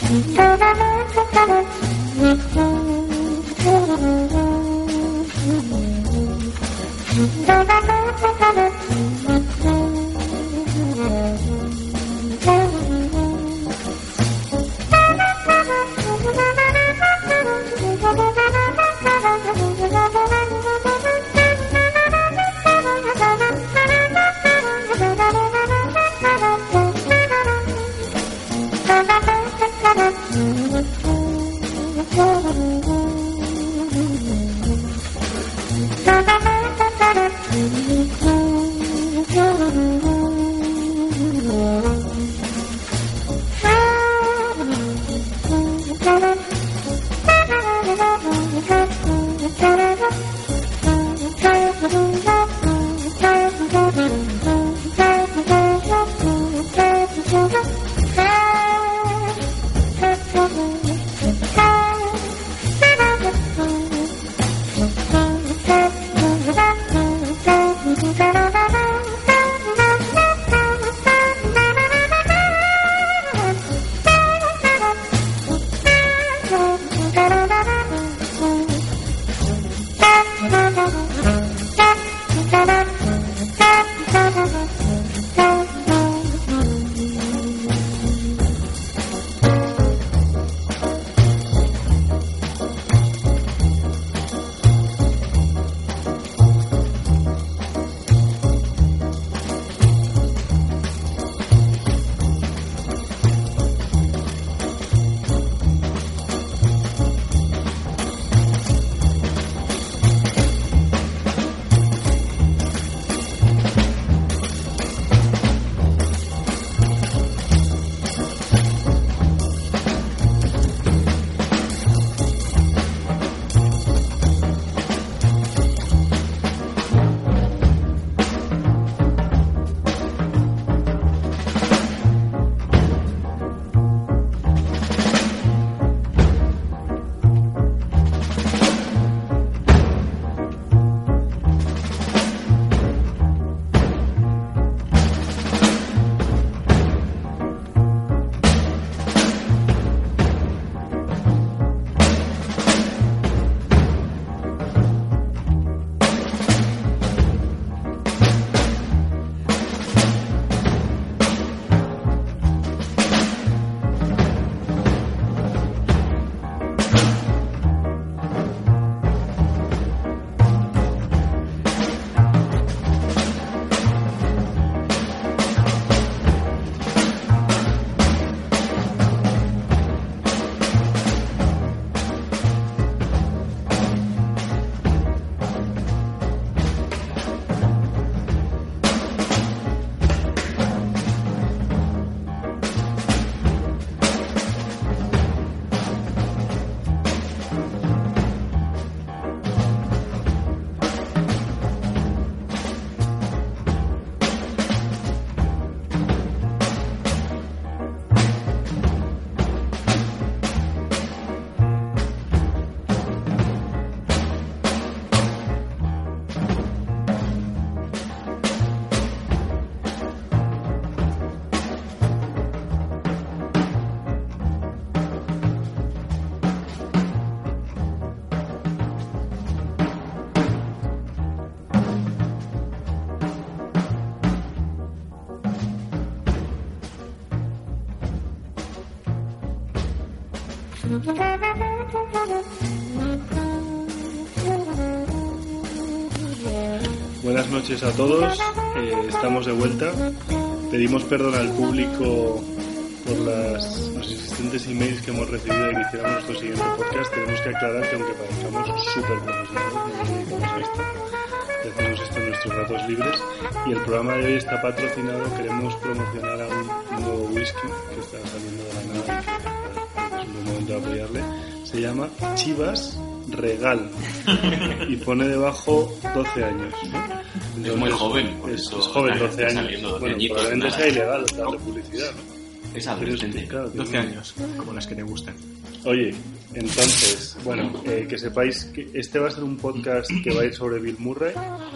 Buenas noches a todos, estamos de vuelta. Pedimos perdón al público por los insistentes emails que hemos recibido de que hiciéramos nuestro siguiente podcast. Tenemos que aclarar que aunque parezcamos súper profesionales, no nos dedicamos a esto. Hacemos esto en nuestros ratos libres. Y el programa de hoy está patrocinado. Queremos promocionar a un nuevo whisky que está saliendo de la nada y que es un buen momento de apoyarle. Se llama Chivas Regal y pone debajo 12 años, ¿no? Entonces, es muy joven. Es joven, 12 años. Bueno, probablemente sea ilegal darle publicidad, ¿no? Es adolescente. Claro, 12 años, como las que te gustan. Oye, entonces, bueno, que sepáis que este va a ser un podcast que va a ir sobre Bill Murray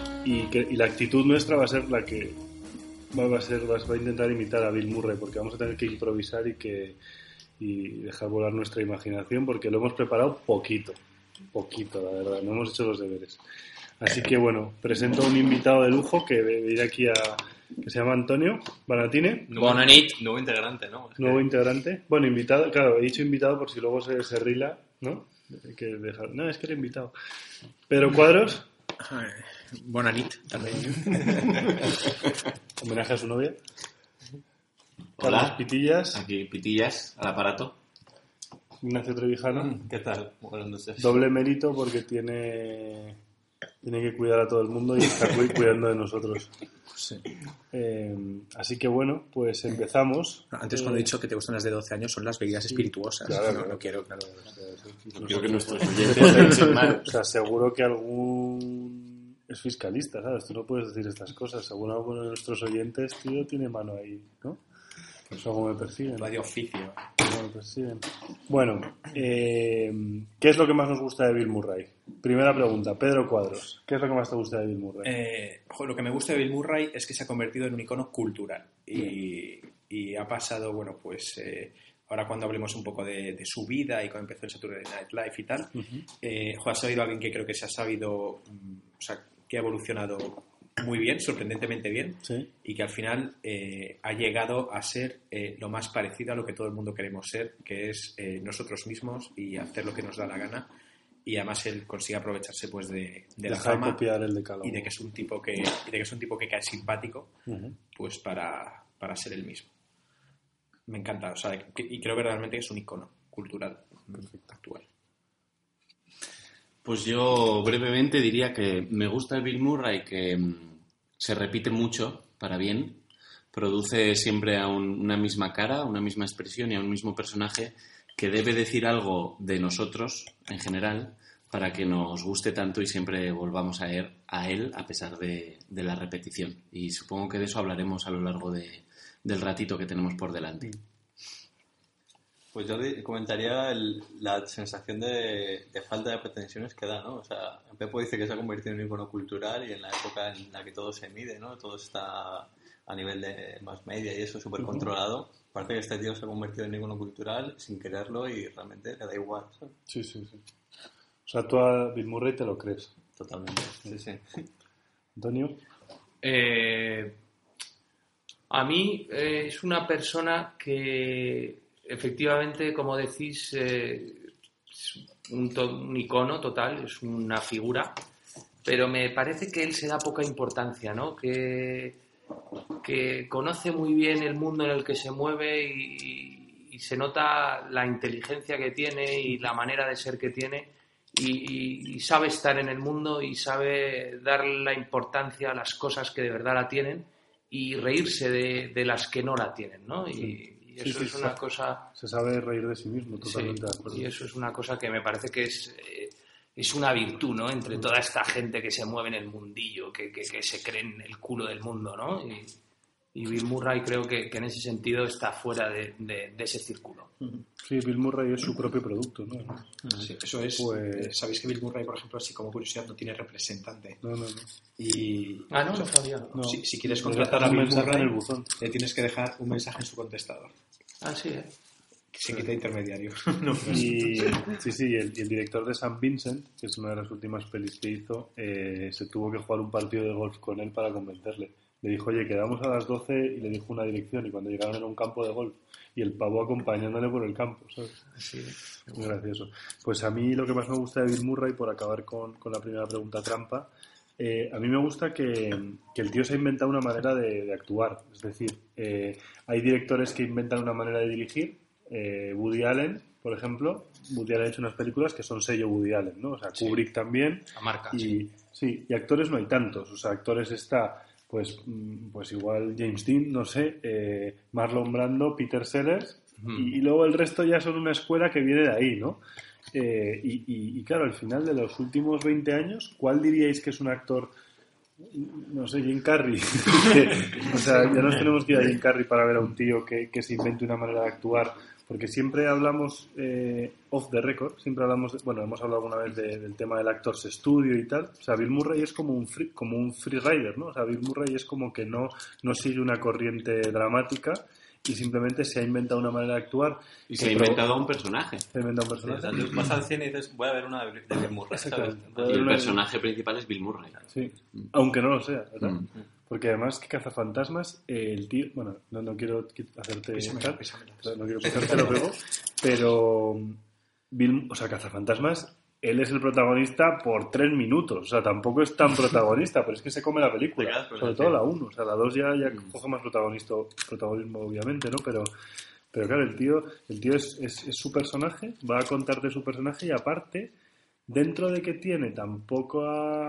y la actitud nuestra va a ser la que va a intentar imitar a Bill Murray, porque vamos a tener que improvisar y que y dejar volar nuestra imaginación, porque lo hemos preparado poquito, la verdad, no hemos hecho los deberes. Así que bueno, presento a un invitado de lujo que viene aquí que se llama Antonio Banatine. Bona nit. Nuevo integrante, ¿no? Nuevo integrante. Bueno, invitado, claro, he dicho invitado por si luego se rila, ¿no? No, es que era invitado. Pedro Cuadros. Bona nit, també. Homenaje a su novia. Hola. Carlos Pitillas. Aquí Pitillas, al aparato. Ignacio Trevijano. ¿Qué tal? Buenas noches. Doble mérito porque tiene que cuidar a todo el mundo y está cuidando de nosotros. Sí. Así que bueno, pues empezamos. Antes cuando he dicho que te gustan las de 12 años son las bebidas espirituosas. Claro, no quiero, claro. No quiero que nuestros oyentes se mal. O sea, seguro que algún es fiscalista, ¿sabes? Tú no puedes decir estas cosas. Seguro alguno de nuestros oyentes, tío, tiene mano ahí, ¿no? Por eso algo me persiguen. Va de oficio. Me persiguen. Bueno, ¿qué es lo que más nos gusta de Bill Murray? Primera pregunta, Pedro Cuadros. ¿Qué es lo que más te gusta de Bill Murray? Lo que me gusta de Bill Murray es que se ha convertido en un icono cultural y ha pasado, bueno, pues ahora cuando hablemos un poco de su vida y cuando empezó el Saturday Night Live y tal, ha salido alguien que creo que se ha sabido, o sea, que ha evolucionado muy bien, sorprendentemente bien, ¿Sí? y que al final ha llegado a ser lo más parecido a lo que todo el mundo queremos ser, que es nosotros mismos y hacer lo que nos da la gana. Y además él consigue aprovecharse pues de la fama copiar el decálogo. y de que es un tipo que cae simpático, pues para ser el mismo. Me encanta, o sea, y creo que realmente es un icono cultural actual. Pues yo brevemente diría que me gusta el Bill Murray, que se repite mucho para bien, produce siempre a una misma cara, una misma expresión y a un mismo personaje que debe decir algo de nosotros en general para que nos guste tanto y siempre volvamos a él a pesar de la repetición. Y supongo que de eso hablaremos a lo largo del ratito que tenemos por delante. Pues yo comentaría la sensación de falta de pretensiones que da, ¿no? O sea, Pepo dice que se ha convertido en un icono cultural y en la época en la que todo se mide, ¿no? Todo está a nivel de mass media y eso súper controlado. Parece que este tío se ha convertido en icono cultural sin quererlo y realmente le da igual, ¿sabes? Sí. O sea, tú a Bill Murray te lo crees. Totalmente, sí. Antonio. A mí es una persona que efectivamente, como decís, es un icono total, es una figura, pero me parece que él se da poca importancia, ¿no? Que conoce muy bien el mundo en el que se mueve y se nota la inteligencia que tiene y la manera de ser que tiene y sabe estar en el mundo y sabe dar la importancia a las cosas que de verdad la tienen y reírse de las que no la tienen, ¿no? Y eso es una cosa... Se sabe reír de sí mismo, totalmente de acuerdo. Y eso es una cosa que me parece que es una virtud, ¿no? Entre toda esta gente que se mueve en el mundillo, que se creen el culo del mundo, ¿no? Y Bill Murray creo que en ese sentido está fuera de ese círculo. Sí, Bill Murray es su propio producto, ¿no? Sí, eso es. Pues... ¿Sabéis que Bill Murray, por ejemplo, así como curiosidad, no tiene representante? No. Y... No sabía. No. Si quieres contratar a un Bill mensaje Murray, en el buzón. le tienes que dejar un mensaje en su contestador. Sí, Se quita intermediario. Y el director de St. Vincent, que es una de las últimas pelis que hizo, se tuvo que jugar un partido de golf con él para convencerle. Le dijo, oye, quedamos a las 12 y le dijo una dirección y cuando llegaron era un campo de golf y el pavo acompañándole por el campo, ¿sabes? Sí. Muy gracioso. Pues a mí lo que más me gusta de Bill Murray, por acabar con la primera pregunta trampa, a mí me gusta que el tío se ha inventado una manera de actuar. Es decir, hay directores que inventan una manera de dirigir. Woody Allen, por ejemplo. Woody Allen ha hecho unas películas que son sello Woody Allen, ¿no? O sea, Kubrick también. La marca, y actores no hay tantos. O sea, actores está... Pues igual James Dean, no sé, Marlon Brando, Peter Sellers, y luego el resto ya son una escuela que viene de ahí, ¿no? Y claro, al final de los últimos 20 años, ¿cuál diríais que es un actor? No sé, Jim Carrey. O sea, ya nos tenemos que ir a Jim Carrey para ver a un tío que se invente una manera de actuar, porque siempre hablamos off the record, siempre hablamos hemos hablado alguna vez del tema del Actors Studio y tal. O sea, Bill Murray es como un free rider, ¿no? O sea, Bill Murray es como que no sigue una corriente dramática y simplemente se ha inventado una manera de actuar. Y se ha inventado un personaje. Se ha inventado un personaje. Sí, vas al cine y dices, voy a ver una de Bill Murray, ¿sabes? Y el personaje principal es Bill Murray. Sí, aunque no lo sea, ¿verdad? Porque además que Cazafantasmas, el tío... Bueno, no quiero hacerte... No quiero pisártelo luego, pero... Cazafantasmas, él es el protagonista por 3 minutos. O sea, tampoco es tan protagonista, pero es que se come la película. Sobre todo la 1. O sea, la 2 ya coge más protagonismo, obviamente, ¿no? Pero claro, el tío es su personaje, va a contarte su personaje y aparte... Dentro de que tiene tan pocos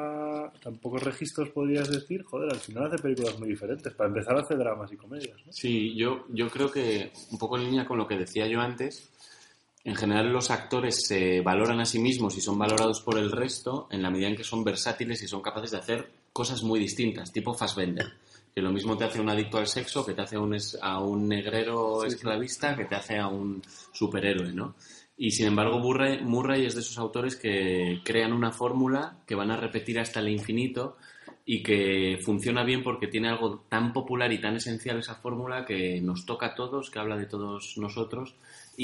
registros, podrías decir, joder, al final hace películas muy diferentes. Para empezar hace dramas y comedias, ¿no? Sí, yo creo que un poco en línea con lo que decía yo antes, en general los actores se valoran a sí mismos y son valorados por el resto en la medida en que son versátiles y son capaces de hacer cosas muy distintas, tipo Fassbender, que lo mismo te hace un adicto al sexo, que te hace a un negrero esclavista, que te hace a un superhéroe, ¿no? Y sin embargo Murray es de esos autores que crean una fórmula que van a repetir hasta el infinito y que funciona bien porque tiene algo tan popular y tan esencial esa fórmula que nos toca a todos, que habla de todos nosotros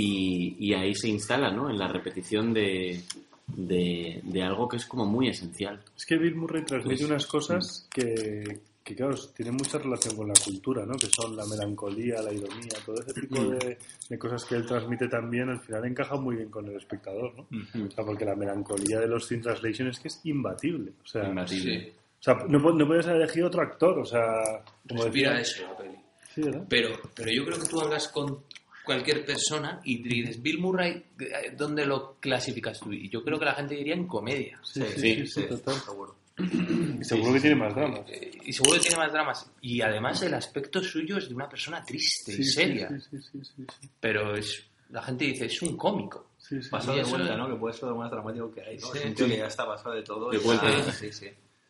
y ahí se instala, ¿no? En la repetición de algo que es como muy esencial. Es que Bill Murray transmite unas cosas que claro, tienen mucha relación con la cultura, ¿no? Que son la melancolía, la ironía, todo ese tipo de cosas que él transmite también, al final encaja muy bien con el espectador, ¿no? O sea, porque la melancolía de los Sin Translation es que es imbatible. O sea, imbatible. O sea, no puedes haber elegido otro actor, o sea... Como respira decía... eso la peli. Sí, ¿verdad? Pero yo creo que tú hablas con cualquier persona y dices, Bill Murray, ¿dónde lo clasificas tú? Y yo creo que la gente diría en comedia. Sí, total. Seguro. Y seguro que tiene más dramas. Y seguro que tiene más dramas. Y además el aspecto suyo es de una persona triste y seria. Sí. Pero la gente dice, es un cómico. Pasado de vuelta, ¿no? Que puede ser lo más dramático que hay, ¿no? Es un tío que ya está pasado de todo. De vuelta. Sí.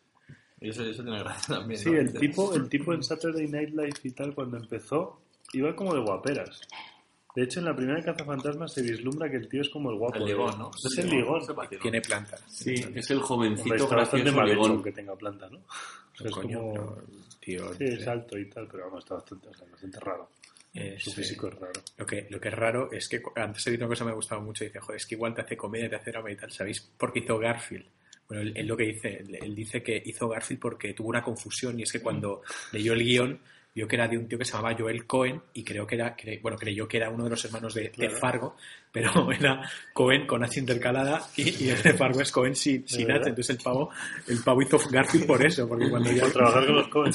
Y eso tiene gracia también, sí, ¿no? el tipo en Saturday Night Live y tal, cuando empezó, iba como de guaperas. De hecho, en la primera Cazafantasmas se vislumbra que el tío es como el guapo. El ligón, ¿no? Es el ligón. Tiene planta. Sí, es el jovencito está bastante gracioso mal hecho ligón. que tenga planta, ¿no? O sea, es Coño, como... no, tío, sí, es alto y tal, pero vamos, está bastante raro. Su físico es raro. Lo que es raro es que antes he dicho una cosa que me ha gustado mucho. Dice, joder, es que igual te hace comedia, te hace drama y tal. ¿Sabéis por qué hizo Garfield? Bueno, él lo que dice, él dice que hizo Garfield porque tuvo una confusión y es que cuando leyó el guión vio que era de un tío que se llamaba Joel Cohen y creyó que era uno de los hermanos de Fargo, pero era Cohen con H intercalada y el de Fargo es Cohen sin H. Entonces el pavo hizo Garfield por eso, porque cuando ya... Por trabajar con los Cohen.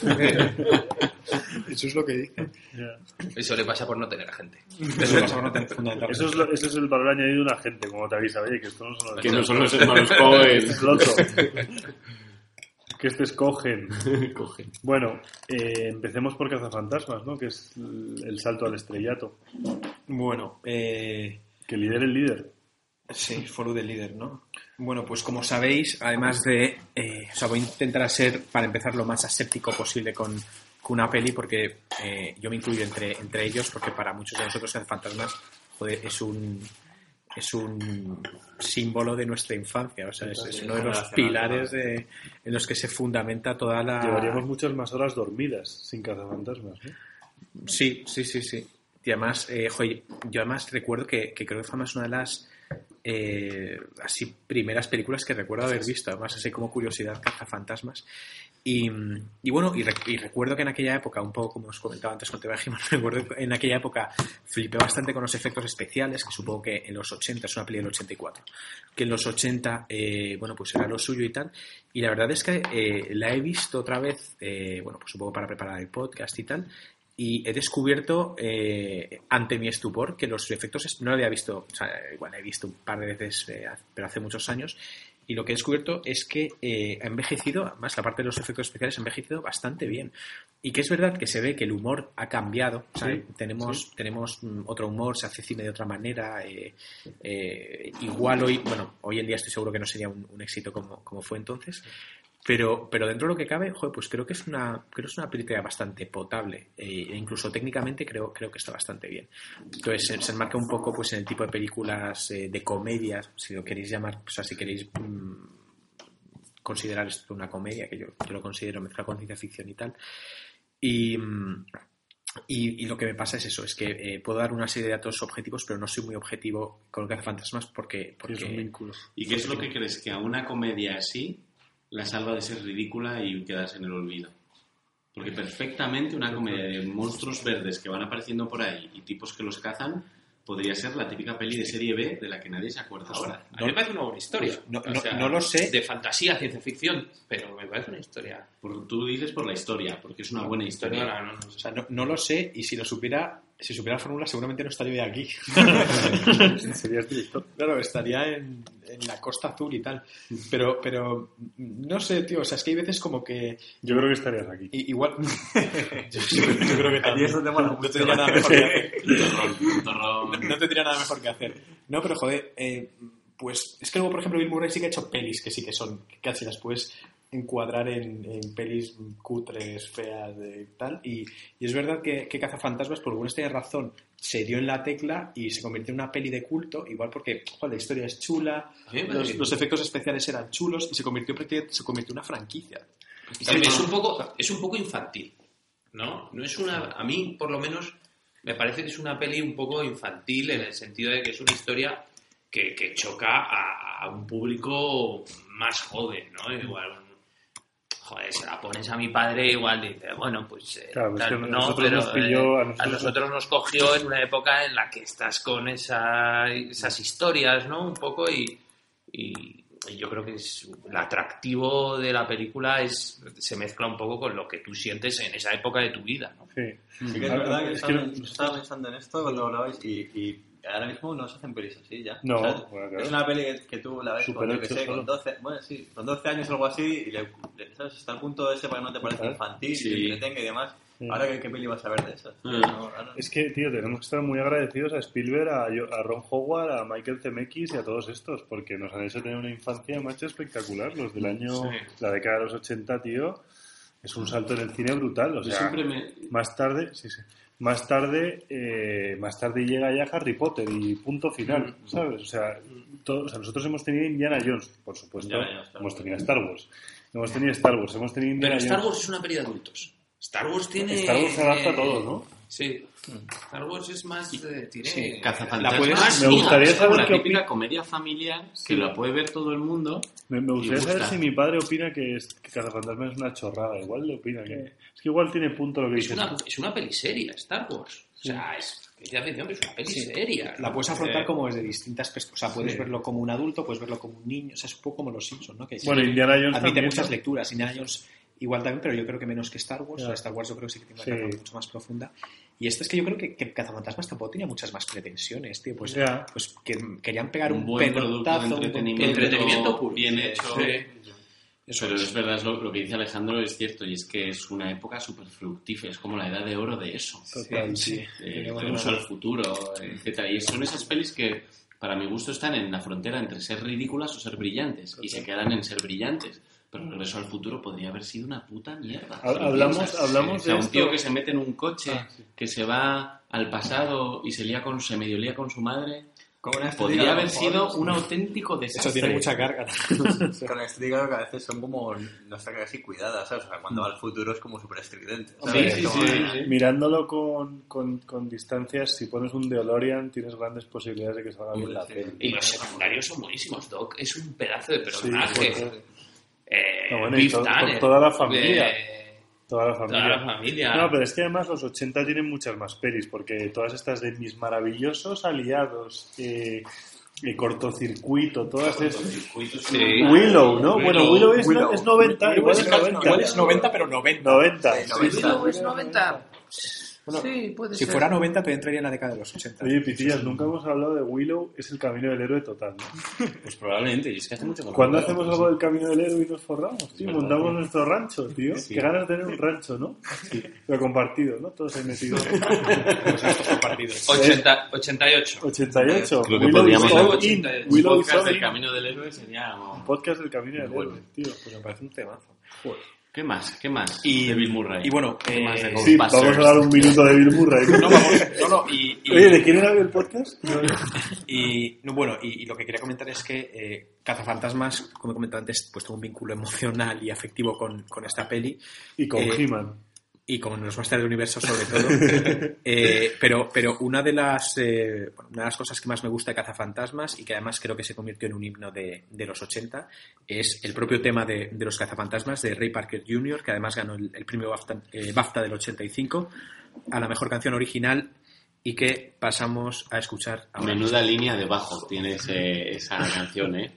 Eso es lo que dice. Eso le pasa por no tener gente. Eso le pasa por no tener fundamental. Eso es el valor añadido de una gente, como te avisa, oye, que estos no son los... Que no son los hermanos Cohen. Es el otro. Que escogen. Bueno, empecemos por Cazafantasmas, ¿no? Que es el salto al estrellato. Bueno, que lidere el líder. Sí, follow the leader, ¿no? Bueno, pues como sabéis, además de... voy a intentar ser, para empezar, lo más aséptico posible con una peli, porque yo me incluyo entre ellos, porque para muchos de nosotros Cazafantasmas, joder, es un símbolo de nuestra infancia, o sea, es uno de los pilares en los que se fundamenta toda la... Llevaríamos muchas más horas dormidas sin Cazafantasmas, ¿no? Sí. Y además, yo además recuerdo que creo que fue más una de las así primeras películas que recuerdo haber visto, además así como curiosidad, Cazafantasmas. Y bueno, y recuerdo que en aquella época, un poco como os comentaba antes con Te recuerdo que en aquella época flipé bastante con los efectos especiales, que supongo que en los 80, es una peli del 84, que en los 80, bueno, pues era lo suyo y tal. Y la verdad es que la he visto otra vez, bueno, pues un poco para preparar el podcast y tal, y he descubierto, ante mi estupor, que los efectos no lo había visto, o sea, igual he visto un par de veces, pero hace muchos años. Y lo que he descubierto es que ha envejecido, además la parte de los efectos especiales ha envejecido bastante bien. Y que es verdad que se ve que el humor ha cambiado. O sea, tenemos otro humor, se hace cine de otra manera. Igual hoy en día estoy seguro que no sería un éxito como fue entonces. Pero dentro de lo que cabe, joder, pues creo que es una película bastante potable. E incluso técnicamente creo que está bastante bien. Entonces se enmarca un poco pues en el tipo de películas de comedias, si lo queréis llamar, o sea, si queréis considerar esto una comedia, que yo lo considero mezcla con ciencia ficción y tal. Y Y lo que me pasa es eso, es que puedo dar una serie de datos objetivos, pero no soy muy objetivo con lo que hace Fantasmas porque Es un vínculo. ¿Y qué es lo que crees que a una comedia así la salva de ser ridícula y quedarse en el olvido? Porque perfectamente una comedia de monstruos verdes que van apareciendo por ahí y tipos que los cazan podría ser la típica peli de serie B de la que nadie se acuerda ahora. A mí me parece una buena historia. No lo sé. De fantasía, ciencia ficción, pero me parece una historia. Tú dices por la historia, porque es una buena historia. No. O sea, no lo sé, y si supiera la fórmula seguramente no estaría aquí. Serías director. Claro, estaría en la Costa Azul y tal. Pero no sé, tío, o sea, es que hay veces como que... Yo creo que estarías aquí. Igual... yo creo que también. eso te mola No mucho. tendría nada mejor que hacer. Torrón. No tendría nada mejor que hacer. No, pero joder, pues es que luego, por ejemplo, Bill Murray sí que ha hecho pelis que sí que son, que casi las puedes encuadrar en pelis cutres, feas, de tal, y es verdad que Cazafantasmas, por alguna extraña razón, se dio en la tecla y se convirtió en una peli de culto, igual porque la historia es chula, los efectos especiales eran chulos, y se convirtió en una franquicia. Es un poco infantil, ¿no? No es una... A mí, por lo menos, me parece que es una peli un poco infantil en el sentido de que es una historia que choca a un público más joven, ¿no? Igual, joder, se la pones a mi padre, igual dice, bueno, pues... Claro, tal, es que no, pero a nosotros nos cogió en una época en la que estás con esas historias, ¿no? Un poco y yo creo que es el atractivo de la película se mezcla un poco con lo que tú sientes en esa época de tu vida, ¿no? Sí. Sí que es verdad que estaba pensando en esto cuando hablabais y ahora mismo no se hacen pelis así ya. No, o sea, bueno, claro. Es una peli que tú la ves Super con, yo que 8 sé, solo. con 12, bueno, sí, con 12 años o algo así y ¿sabes? Está al punto ese para que no te parezca Claro. infantil, Sí. te entretenga y demás. Sí. Ahora, ¿qué peli vas a ver de esas? Es que, tío, tenemos que estar muy agradecidos a Spielberg, a Ron Howard, a Michael Zemeckis y a todos estos, porque nos han hecho tener una infancia, macho, espectacular. Los del año, la década de los 80, tío, es un salto en el cine brutal. O Yo sea, siempre más tarde llega ya Harry Potter y punto final, ¿sabes? O sea, nosotros hemos tenido Indiana Jones, por supuesto, Indiana Jones, claro. hemos tenido Star Wars, hemos tenido Indiana Pero Star Jones. Wars es una peli de adultos. Star Wars se adapta a todo, ¿no? Sí. Star Wars es más... tiene... Sí. Cazafantasmas. Me gustaría es saber la qué típica comedia familiar que la puede ver todo el mundo. Me gustaría gusta. saber si mi padre opina que Cazafantasmas es una chorrada. Igual le opina que... Es que igual tiene punto lo que dices tú. Es una peli seria, Star Wars. O sea, es ficción, pero es una peli seria. La puedes afrontar como desde distintas perspectivas. O sea, puedes verlo como un adulto, puedes verlo como un niño. O sea, es un poco como los Simpsons, ¿no? Que Bueno, Indiana Jones admite también, muchas ¿no? lecturas. Indiana Jones igual también, pero yo creo que menos que Star Wars. Ya. O sea, Star Wars yo creo que sí que tiene una Sí. carga mucho más profunda. Y esto es que yo creo que Cazafantasmas tampoco tenía muchas más pretensiones, tío. Pues que querían pegar un buen producto de pelotazo, entretenimiento puro. bien hecho. Sí. Pero es verdad, lo que dice Alejandro es cierto, y es que es una época súper fructífera, es como la edad de oro de eso. Total, sí. Incluso el futuro, etcétera. Y son esas pelis que, para mi gusto, están en la frontera entre ser ridículas o ser brillantes, y se quedan en ser brillantes. Pero Regreso al Futuro podría haber sido una puta mierda. Hablamos O sea, de un tío esto. que se mete en un coche, que se va al pasado y se medio lía con su madre. Con una estética Podría a lo haber mejor, sido un auténtico desastre. Eso tiene mucha carga. Con la estética que a veces son como, no está casi cuidadas, ¿sabes? O sea, cuando va al futuro es como súper estridente. Sí, sí. Mirándolo con distancias, si pones un DeLorean tienes grandes posibilidades de que salga bien la peli. Y los secundarios son buenísimos. Doc es un pedazo de personaje. Bueno, y Biff Tanner, toda la familia. Toda la Toda la familia. No, pero es que además los 80 tienen muchas más pelis, porque todas estas de Mis Maravillosos Aliados, Cortocircuito, todas esas... Sí. Willow, ¿no? Bueno, Willow es 90, igual es 90. Igual es 90, pero 90. 90. Sí, 90. Willow es 90. Bueno, Sí, puede si ser. fuera 90, te entraría en la década de los 80. Oye, Pitillas, nunca hemos hablado de Willow, es el camino del héroe total, ¿no? Pues probablemente, y es que hace mucho que no ¿Cuándo lo veo. hacemos algo del camino del héroe y nos forramos, tío? Verdad, Montamos tío. nuestro rancho, tío. Sí. Qué ganas de tener un rancho, ¿no? Sí. Pero compartido, ¿no? Todos ahí metidos. compartidos. 88. 88. Creo que Willow podríamos is all hacer in. un Willow is podcast all del in. Camino del Héroe sería... Un podcast del camino del Bueno. héroe, tío. Pues me parece un temazo. ¿Qué más? Y- de Bill Murray. y bueno, ¿Qué más de Sí, Ghostbusters? vamos a dar un minuto de Bill Murray. No, vamos. No, y Oye, ¿de quién era el podcast? Y lo que quería comentar es que Cazafantasmas, como he comentado antes, pues tengo un vínculo emocional y afectivo con esta peli. Y con He-Man. y con los Masters del Universo sobre todo. Pero una de las cosas que más me gusta de Cazafantasmas, y que además creo que se convirtió en un himno de los 80, es el propio tema de los Cazafantasmas de Ray Parker Jr., que además ganó el premio BAFTA del 85 a la mejor canción original, y que pasamos a escuchar ahora. Menuda línea de bajo tiene esa canción, ¿eh?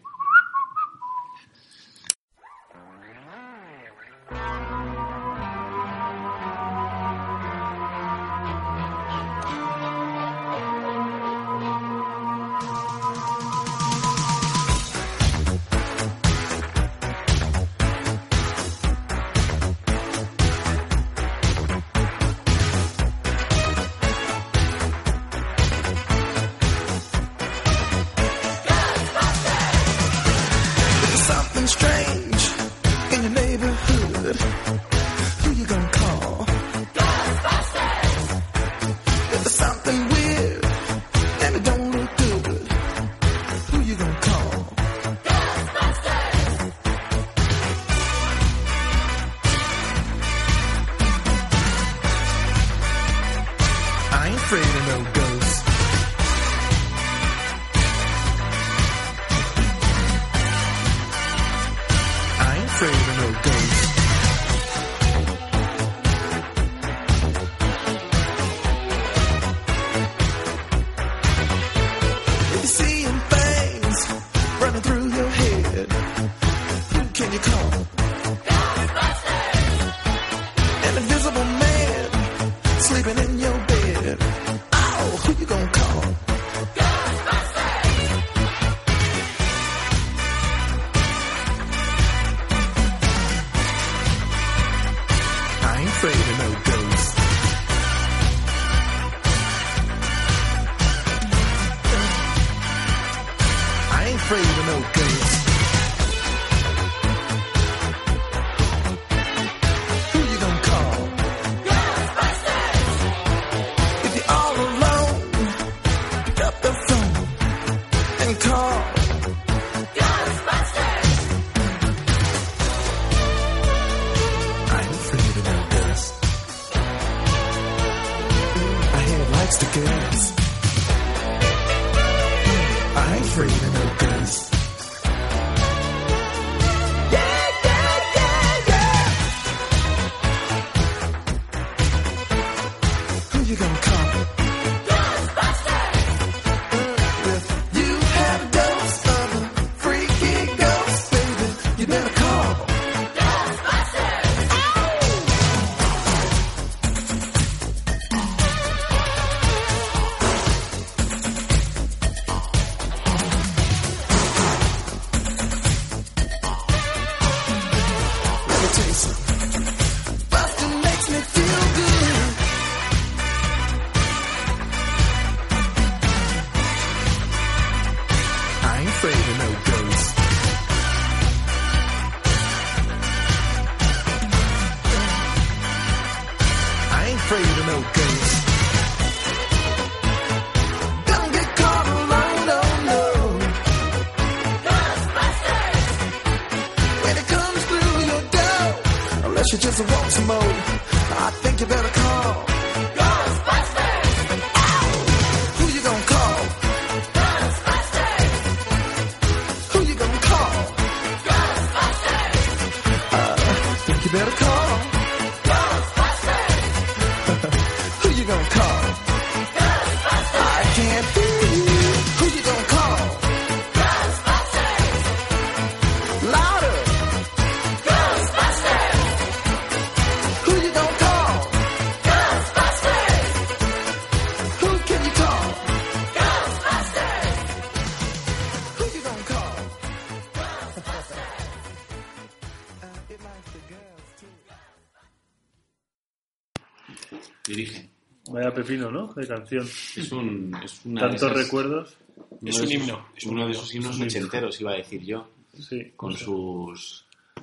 Dirige. Vaya pepino, ¿no? De canción. Es una tantos recuerdos. Es un himno. Uno de esos himnos ochenteros, iba a decir yo. Sí. Con sus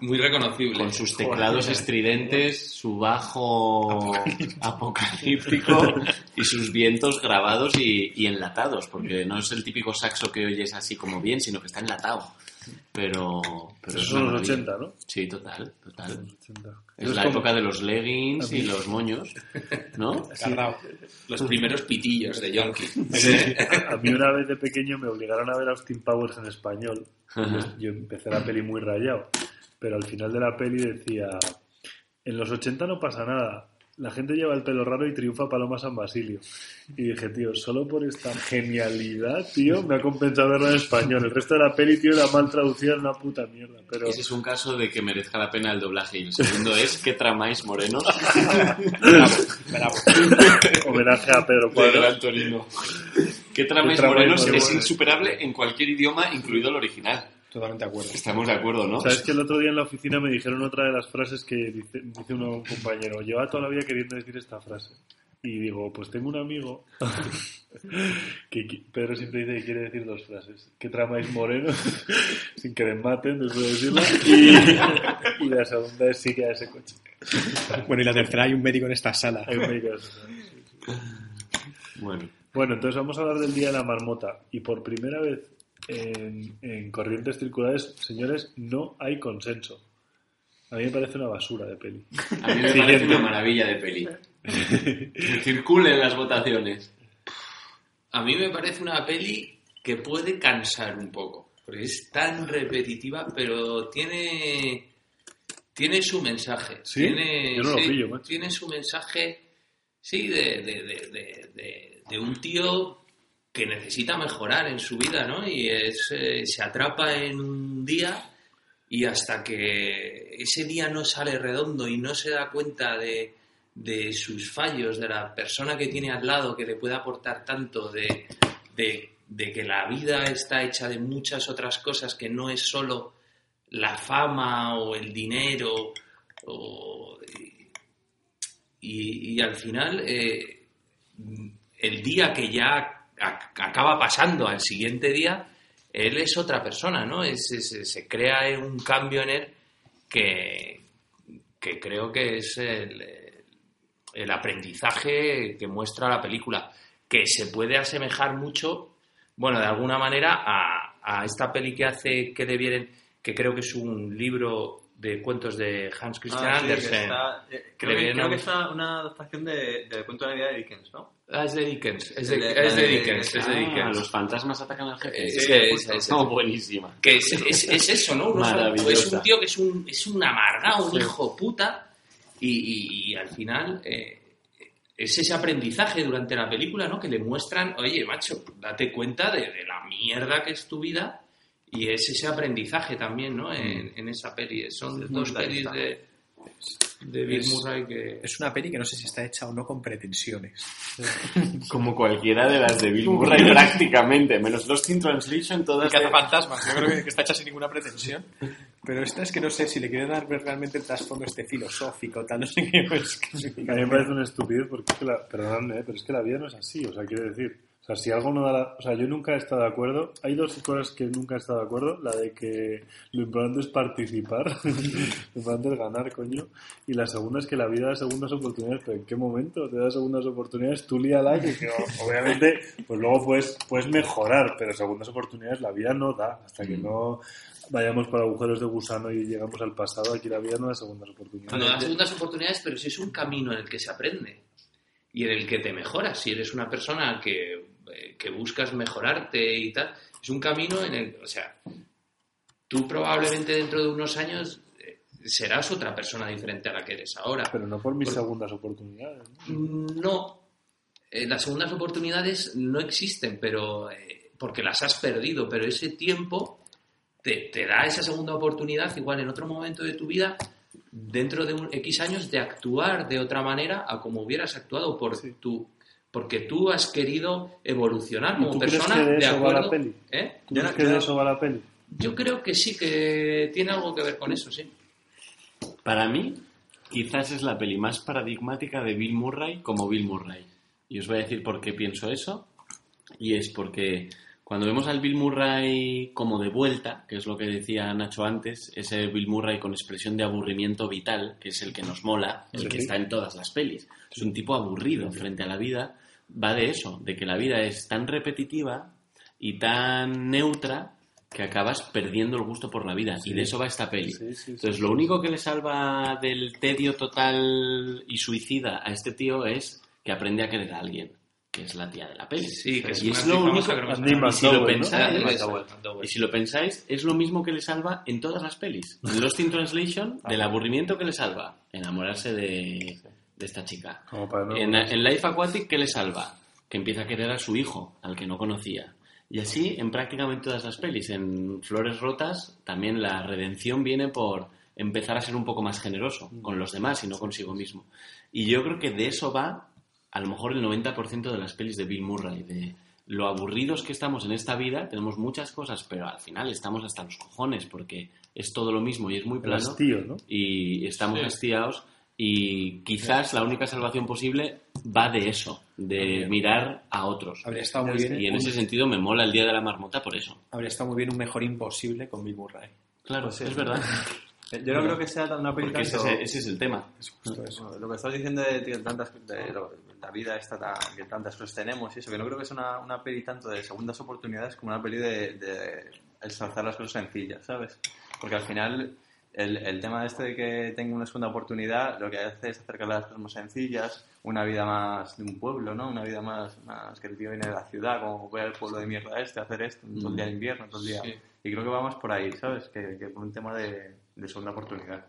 muy reconocible. Con sus teclados estridentes, su bajo apocalíptico y sus vientos grabados y enlatados, porque no es el típico saxo que oyes así como bien, sino que está enlatado. Pero Esos son los 80, ¿no? Sí, total. Los 80. Es la época de los leggings y los moños, ¿no? Carrao. Los primeros pitillos de Yonki. A mí una vez de pequeño me obligaron a ver Austin Powers en español. Yo empecé la peli muy rayado, pero al final de la peli decía: en los 80 no pasa nada, la gente lleva el pelo raro y triunfa Paloma San Basilio. Y dije, tío, solo por esta genialidad, tío, me ha compensado verla en español. El resto de la peli, tío, era mal traducida en una puta mierda. Pero... Ese es un caso de que merezca la pena el doblaje. Y el segundo es ¿qué tramáis, morenos? Bravo. Homenaje a Pedro De Cuadros. Gran Torino. ¿Qué tramáis, morenos? Es insuperable en cualquier idioma, incluido el original. Totalmente de acuerdo. Estamos de acuerdo, ¿no? ¿Sabes que el otro día en la oficina me dijeron otra de las frases que dice un compañero? Lleva toda la vida queriendo decir esta frase. Y digo, pues tengo un amigo que Pedro siempre dice que quiere decir dos frases. ¿Qué tramáis, morenos? Sin que les maten, después de decirla. Y la segunda es sí que a ese coche. Bueno, y la tercera, hay un médico en esta sala. Hay un médico de esa sala. Bueno, Entonces vamos a hablar del Día de la Marmota. Y por primera vez en Corrientes Circulares, señores, no hay consenso. A mí me parece una basura de peli. a mí me parece una maravilla de peli. Que circulen las votaciones. A mí me parece una peli que puede cansar un poco, porque es tan repetitiva, pero tiene su mensaje. ¿Sí? Yo no lo pillo, macho. Tiene su mensaje, sí, de un tío que necesita mejorar en su vida, ¿no? Y se atrapa en un día y hasta que ese día no sale redondo y no se da cuenta de sus fallos, de la persona que tiene al lado que le puede aportar tanto, de que la vida está hecha de muchas otras cosas, que no es solo la fama o el dinero y al final el día que ya acaba pasando al siguiente día, él es otra persona, ¿no? Se crea un cambio en él que creo que es el aprendizaje que muestra la película, que se puede asemejar mucho, bueno, de alguna manera a esta peli que hace que debieren, que creo que es un libro de cuentos de Hans Christian Andersen. Creo que es una adaptación del cuento de Navidad de Dickens, ¿no? Es de Dickens. Es de Dickens. Los fantasmas atacan al jefe. Buenísima. Que es eso, ¿no? Es un tío que es un amargado, un hijo puta, y al final es ese aprendizaje durante la película, ¿no? Que le muestran, oye, macho, date cuenta de la mierda que es tu vida. Y es ese aprendizaje también, ¿no? En esa peli. Son dos pelis de Bill Murray que... Es una peli que no sé si está hecha o no con pretensiones. Como cualquiera de las de Bill Murray prácticamente, menos Lost in Translation, todas... Y Cazafantasmas, yo creo que está hecha sin ninguna pretensión. Pero esta es que no sé si le quieren dar realmente el trasfondo filosófico, tal, no sé qué. Pues, a mí me parece una estupidez porque es que perdonadme, pero es que la vida no es así, o sea, quiero decir... O sea, si algo no da o sea, yo nunca he estado de acuerdo. Hay dos cosas que nunca he estado de acuerdo. La de que lo importante es participar. Lo importante es ganar, coño. Y la segunda es que la vida da segundas oportunidades. ¿Pero en qué momento te da segundas oportunidades? Tú líala, que obviamente pues luego puedes mejorar. Pero segundas oportunidades la vida no da. Hasta que no vayamos por agujeros de gusano y llegamos al pasado, aquí la vida no da segundas oportunidades. No da segundas oportunidades, pero sí es un camino en el que se aprende. Y en el que te mejoras. Si eres una persona que buscas mejorarte y tal, es un camino en el... O sea, tú probablemente dentro de unos años serás otra persona diferente a la que eres ahora. Pero no por mis segundas oportunidades. No. Las segundas oportunidades no existen, pero porque las has perdido. Pero ese tiempo te da esa segunda oportunidad, igual en otro momento de tu vida, dentro de un X años, de actuar de otra manera a como hubieras actuado porque tú has querido evolucionar como persona. ¿Tú crees que de eso va la peli? ¿Tú crees que de eso va la peli? Yo creo que sí, que tiene algo que ver con eso, sí. Para mí, quizás es la peli más paradigmática de Bill Murray como Bill Murray. Y os voy a decir por qué pienso eso. Y es porque Cuando vemos al Bill Murray como de vuelta, que es lo que decía Nacho antes, ese Bill Murray con expresión de aburrimiento vital, que es el que nos mola, el que está en todas las pelis. Es un tipo aburrido frente a la vida. Va de eso, de que la vida es tan repetitiva y tan neutra que acabas perdiendo el gusto por la vida. Y de eso va esta peli. Entonces, lo único que le salva del tedio total y suicida a este tío es que aprende a querer a alguien, que es la tía de la peli. Sí, que es y una es lo único que y si lo pensáis, es lo mismo que le salva en todas las pelis. En Lost in Translation, del aburrimiento que le salva, enamorarse de esta chica. En Life Aquatic, ¿qué le salva? Que empieza a querer a su hijo, al que no conocía. Y así en prácticamente todas las pelis. En Flores Rotas también la redención viene por empezar a ser un poco más generoso con los demás y no consigo mismo. Y yo creo que de eso va a lo mejor el 90% de las pelis de Bill Murray, de lo aburridos que estamos en esta vida. Tenemos muchas cosas, pero al final estamos hasta los cojones porque es todo lo mismo y es muy plano. Hastío, ¿no? Y estamos hastiados. Y quizás la única salvación posible va de eso, de mirar a otros. Habría estado muy bien. Y en ese sentido me mola el Día de la Marmota por eso. Habría estado muy bien Un mejor imposible con Bill Murray. Claro, Pues sí, es verdad. Yo no creo que sea una peli Porque tanto... ese es el tema. Es justo eso. Lo que estás diciendo de la vida esta que tantas cosas tenemos y eso, que no creo que sea una peli tanto de segundas oportunidades como una peli de ensalzar las cosas sencillas, ¿sabes? Porque al final el tema este de que tenga una segunda oportunidad lo que hace es acercarle a las cosas más sencillas, una vida más de un pueblo, ¿no? Una vida más que el tío viene de la ciudad, como voy al pueblo de mierda hacer esto, todo el día de invierno, todo el día... Sí. Y creo que va más por ahí, ¿sabes? Que por un tema de segunda oportunidad.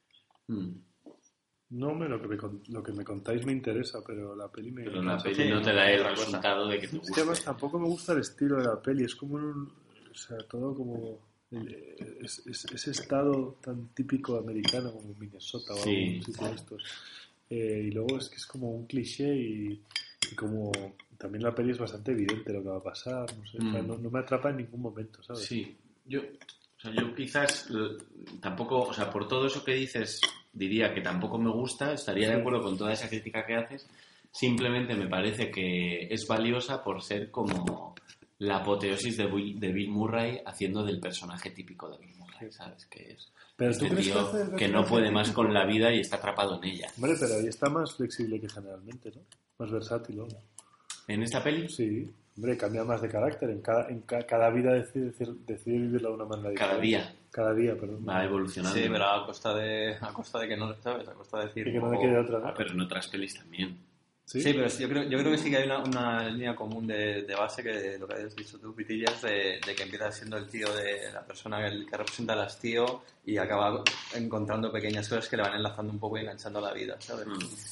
No, lo que me contáis me interesa, pero la peli me... Pero la cansa. peli no te da el resultado de que te Es que guste. además tampoco me gusta el estilo de la peli, es como o sea, todo como... ese estado tan típico americano como Minnesota o algún sitio de estos. Y luego es que es como un cliché y como también la peli es bastante evidente lo que va a pasar, no sé, o sea, no me atrapa en ningún momento, ¿sabes? Sí, yo quizás tampoco, o sea, por todo eso que dices, diría que tampoco me gusta, estaría de acuerdo con toda esa crítica que haces, simplemente me parece que es valiosa por ser como la apoteosis de Bill Murray haciendo del personaje típico de Bill Murray, ¿sabes? Que es Pero este ¿tú crees tío que hace que no puede más con la vida y está atrapado en ella. Hombre, pero ahí está más flexible que generalmente, ¿no? Más versátil, ¿no? ¿En esta peli? Sí, hombre, cambia más de carácter. Cada vida decide vivirla de una manera diferente. Cada día, perdón. Va evolucionando. Sí, pero a costa de que no, ¿sabes? A costa de decir... Y que no me quede otra, ¿no? Pero en otras pelis también. Sí, pero yo creo que sí que hay una línea común de base que lo que has dicho tú, Pitillas, de que empieza siendo el tío de la persona que representa al hastío y acaba encontrando pequeñas cosas que le van enlazando un poco y enganchando a la vida, ¿sabes?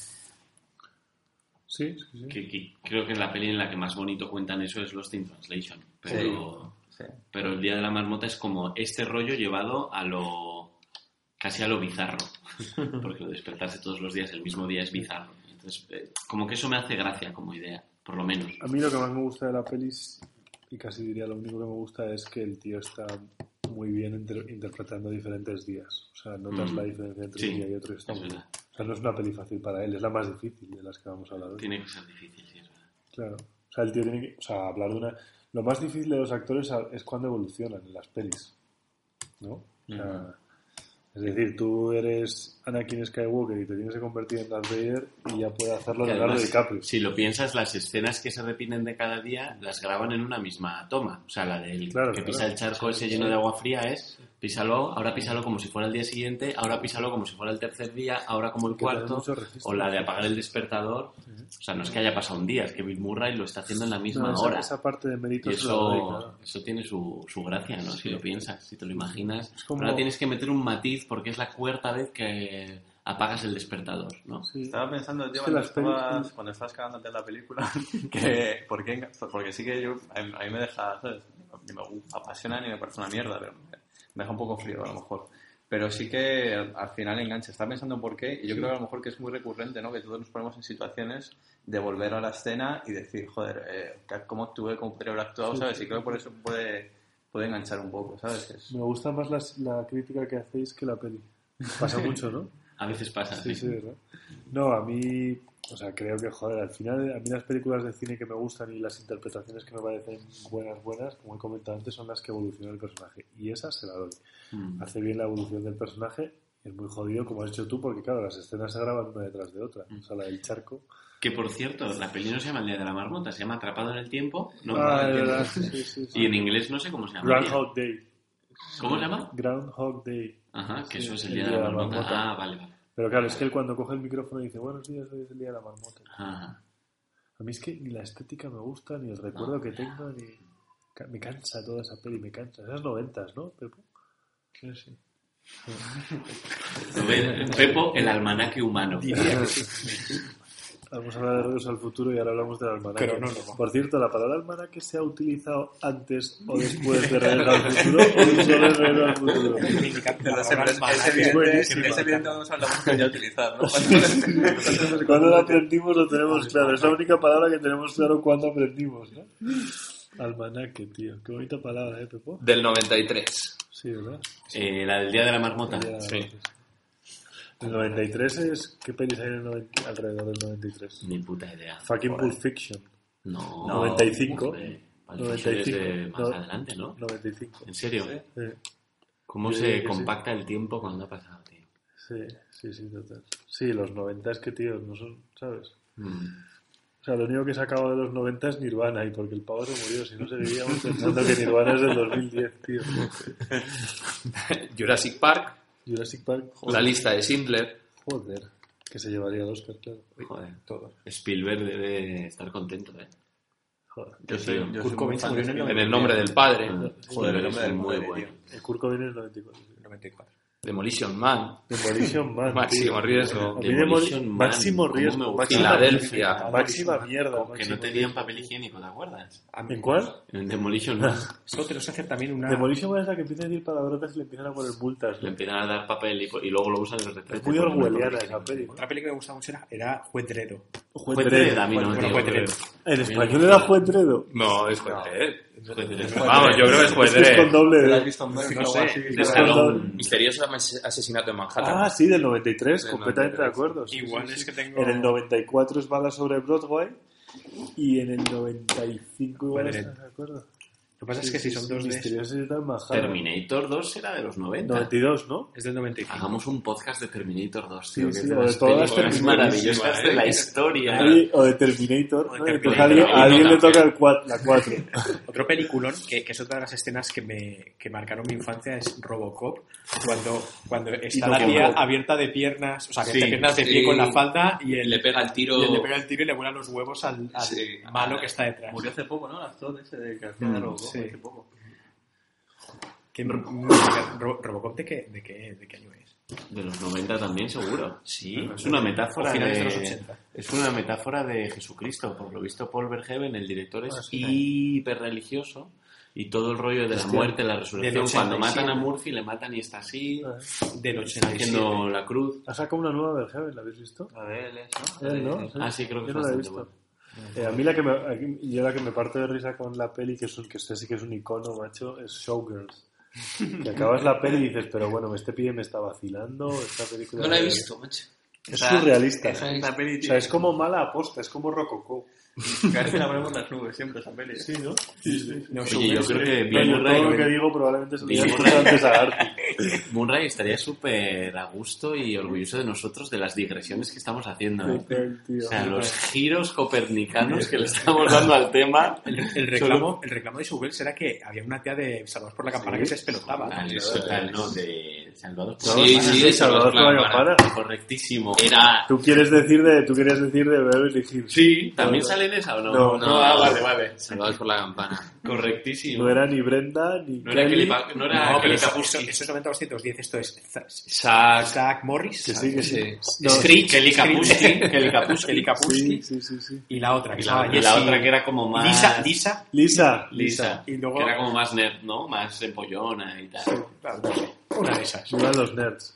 Sí. Que creo que es la peli en la que más bonito cuentan eso es Lost in Translation. Sí. Pero el Día de la Marmota es como este rollo llevado casi a lo bizarro. Porque lo de despertarse todos los días el mismo día es bizarro. Entonces, como que eso me hace gracia como idea, por lo menos. A mí lo que más me gusta de la peli, y casi diría lo único que me gusta, es que el tío está muy bien interpretando diferentes días. O sea, notas la diferencia entre un día y otro. Es verdad. O sea, no es una peli fácil para él, es la más difícil de las que vamos a hablar hoy. Tiene que ser difícil, sí, es verdad. Claro. O sea, el tío tiene que... O sea, hablar de una... Lo más difícil de los actores es cuando evolucionan en las pelis, ¿no? O sea, es decir, tú eres Anakin Skywalker y te tienes que convertir en Darth Vader y ya puede hacerlo Leonardo DiCaprio. Si lo piensas, las escenas que se repiten de cada día las graban en una misma toma. O sea, la del que pisa el charco ese lleno de agua fría es ahora písalo como si fuera el día siguiente, ahora písalo como si fuera el tercer día, ahora como el cuarto, o la de apagar el despertador. O sea, no es que haya pasado un día, es que Bill Murray lo está haciendo en la misma hora. Esa parte de mérito y eso tiene su gracia, ¿no? Si lo piensas, si te lo imaginas. Ahora tienes que meter un matiz porque es la cuarta vez que apagas el despertador, ¿no? Sí. Estaba pensando, tío, cuando estabas cagándote en la película, porque sí que a mí me deja, ¿sabes? Ni me apasiona ni me parece una mierda, pero me deja un poco frío a lo mejor. Pero sí que al final engancha. Estaba pensando por qué, y yo creo que a lo mejor que es muy recurrente, ¿no? Que todos nos ponemos en situaciones de volver a la escena y decir, joder, cómo actué, cómo podría haber actuado, ¿sabes? Y creo que por eso puede enganchar un poco, ¿sabes? Me gusta más la crítica que hacéis que la peli. Pasa mucho, ¿no? A veces pasa, sí. ¿Verdad? No, a mí O sea, creo que, joder, al final a mí las películas de cine que me gustan y las interpretaciones que me parecen buenas, como he comentado antes, son las que evoluciona el personaje. Y esas se la doy. Hace bien la evolución del personaje. Es muy jodido, como has dicho tú, porque claro, las escenas se graban una detrás de otra. O sea, la del charco. Que por cierto, la peli no se llama El Día de la Marmota, se llama Atrapado en el Tiempo. No, de verdad. Sí. Y en inglés no sé cómo se llama. Groundhog Day. ¿Cómo se llama? Groundhog Day. Ajá, que eso es el Día de la Marmota. Ah, vale. Pero claro, es que él cuando coge el micrófono dice, buenos días, hoy es el Día de la Marmota. Ajá. A mí es que ni la estética me gusta, ni el recuerdo que tengo, ni... Me cansa toda esa peli, me cansa. Esas 90s, ¿no, Pepo? Sí. Pepo, el almanaque humano. Vamos a hablar de Regreso al Futuro y ahora hablamos del almanaque. Pero no. Por cierto, ¿la palabra almanaque se ha utilizado antes o después de Regreso al Futuro o solo en Regreso al Futuro? Es evidente cuando hablamos que ya utilizar, ¿no? Cuando lo aprendimos lo tenemos claro. Es la única palabra que tenemos claro cuando aprendimos, ¿no? Almanaque, tío. Qué bonita palabra, ¿eh, Pepo? Del 93. Sí, ¿verdad? La del Día de la Marmota. Sí. El 93 es... ¿Qué pelis hay alrededor del 93? Ni puta idea. Fucking Pulp Fiction. No. 95. Pulp Fiction es de más adelante, ¿no? 95. ¿En serio? Sí. ¿Cómo se compacta el tiempo cuando ha pasado, tío? Sí, total. Sí, los 90 es que, tío, no son... ¿Sabes? O sea, lo único que se acabó de los 90 es Nirvana, y porque el pavo se murió, si no seguiríamos pensando que Nirvana es del 2010, tío. Jurassic Park. Joder. La lista de Schindler. Joder, que se llevaría el Oscar, claro. Joder, todo. Spielberg debe estar contento, ¿eh? Joder. Kurt Cobain se murió En el nombre del padre. Joder, el nombre del muy padre, bueno. El Kurt Cobain es el 94. Demolition Man. Demolition Man. Máximo riesgo. A mí Demolition Man, máximo ¿cómo riesgo. me gusta? Filadelfia. Máxima mierda. Que no tenían papel higiénico, ¿te acuerdas? ¿En cuál? En Demolition Man. Solo te los hacer también una... Demolition Man es la que empieza a decir palabrotas y le empiezan a poner multas. Le empiezan a dar papel y luego lo usan en el retrete. Es muy orwelliana esa peli. Otra película que me gustaba mucho era Juez Dredd. Juez Dredd, a mí no, tío. Juez Dredd. ¿En español era Juez Dredd? No, es Juez Dredd. Juez Dredd. Vamos, yo creo que es Juez Es con Dredd. doble ¿Lo has D. visto en México No o sé. algo así? De Stallone. Misterioso asesinato en Manhattan. Ah, sí, del 93, Del completamente 93. de acuerdo. Sí, Igual sí, es sí. que tengo... En el 94 es Bala sobre Broadway y en el 95 igual Vale. estás de acuerdo. Lo que pasa es que si son dos de... Misterioso y tal, Manhattan. Terminator 2 era de los 90. 92, ¿no? Es del 95. Hagamos un podcast de Terminator 2, Sí, tío. que sí, es de o de las todas las películas Terminators. maravillosas de la historia. Oye, o de Terminator, ¿no? Terminator. Entonces a alguien le toca la 4. Otro peliculón, que es otra de las escenas que marcaron mi infancia, es Robocop, cuando está la tía abierta de piernas, o sea, Sí, de piernas de pie sí. con la falda y él Le pega el tiro. le pega el tiro y le vuelan los huevos al Sí. malo que está detrás. Murió hace poco, ¿no? El actor ese de que hacía de Robocop, sí. hace poco. ¿Robocop de qué año es? De los 90 también, seguro. Sí. Es una metáfora O finales de... de los 80. Es una metáfora de Jesucristo. Por lo visto, Paul Verhoeven, el director, es sí. hiperreligioso. Y todo el rollo de la muerte, la resurrección. Del Cuando 87. matan a Murphy, le matan y está así, Del 87. haciendo la cruz. Ha sacado una nueva Verhoeven, ¿la habéis visto? A ver, él es, ¿no? Él, ¿no? Ah, sí, creo que Yo es no la he bastante visto. A mí la que me parte de risa con la peli, que este sí que es un icono, macho, es Showgirls. Que acabas la peli y dices, pero bueno, este pibe me está vacilando, esta película... No la he visto, macho. Es surrealista. Esa peli, O tío. sea, es como mala aposta, es como rococó. Cada vez la ponemos en las nubes, siempre esa peli. Sí, ¿no? No, Oye, yo creo que No, Bill yo todo lo que Murray, digo probablemente se lo Bill diga Murray. antes a Arti. Murray estaría súper a gusto y orgulloso de nosotros de las digresiones que estamos haciendo. ¿eh? O sea, los giros copernicanos que le estamos dando al tema. El reclamo de Showgirls era que había una tía de Salvados por la Campana que se espelotaba. No, de Salvador. Sí, sí, de Salvador por la Campana. Correctísimo. Era... Tú quieres decir de Beverly Hills. Sí, ¿también sale en esa o no? No, Vale. Salvados por la Campana. Correctísimo. No era ni Brenda ni No era Kelly. Kelly, no No, era pero Kelly eso Kapowski. es 90-210, esto es Zach Morris. Que sí, que sí. Sí. No, Screech. Kelly Kapowski. Kelly Kelly Kapowski. Sí. Y la otra, que Y se llama la Jessie. otra que era como más... Lisa. Lisa. Y luego... Que era como más nerd, ¿no? Más empollona y tal. Claro, no sé, una de esas. Vivan los nerds.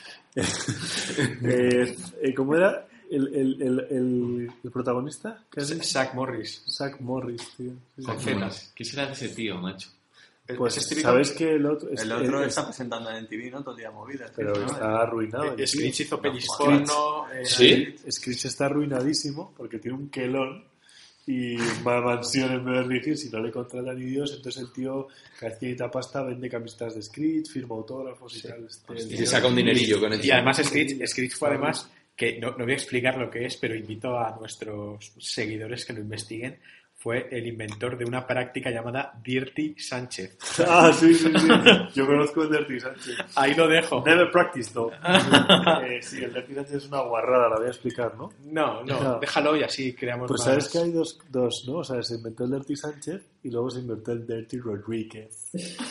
¿Cómo era el protagonista? ¿Qué has dicho? Zach Morris. Zach Morris, tío. Sí. Con Z. ¿Qué será de ese tío, macho? Pues ese estilito- sabes que el otro... El otro está presentando en MTV, ¿no? Todo el día movidas. Pero ¿no? está arruinado. Screech hizo pelis Screech. porno. ¿Sí? Screech está arruinadísimo porque tiene un quelón y una mansión en Beverly Hills y no le contratan ni Dios. Entonces el tío, cada vez que necesita pasta, vende camisetas de Screech, firma autógrafos y tal. Y se saca un dinerillo con eso. Y además Screech fue además, que no voy a explicar lo que es, pero invito a nuestros seguidores que lo investiguen, fue el inventor de una práctica llamada Dirty Sánchez. Ah, sí. Yo conozco el Dirty Sánchez. Ahí lo dejo. Never practiced, though. Sí, el Dirty Sánchez es una guarrada, la voy a explicar, ¿no? No, déjalo y así creamos Pues más. sabes que hay dos, ¿no? O sea, se inventó el Dirty Sánchez y luego se inventó el Dirty Rodríguez.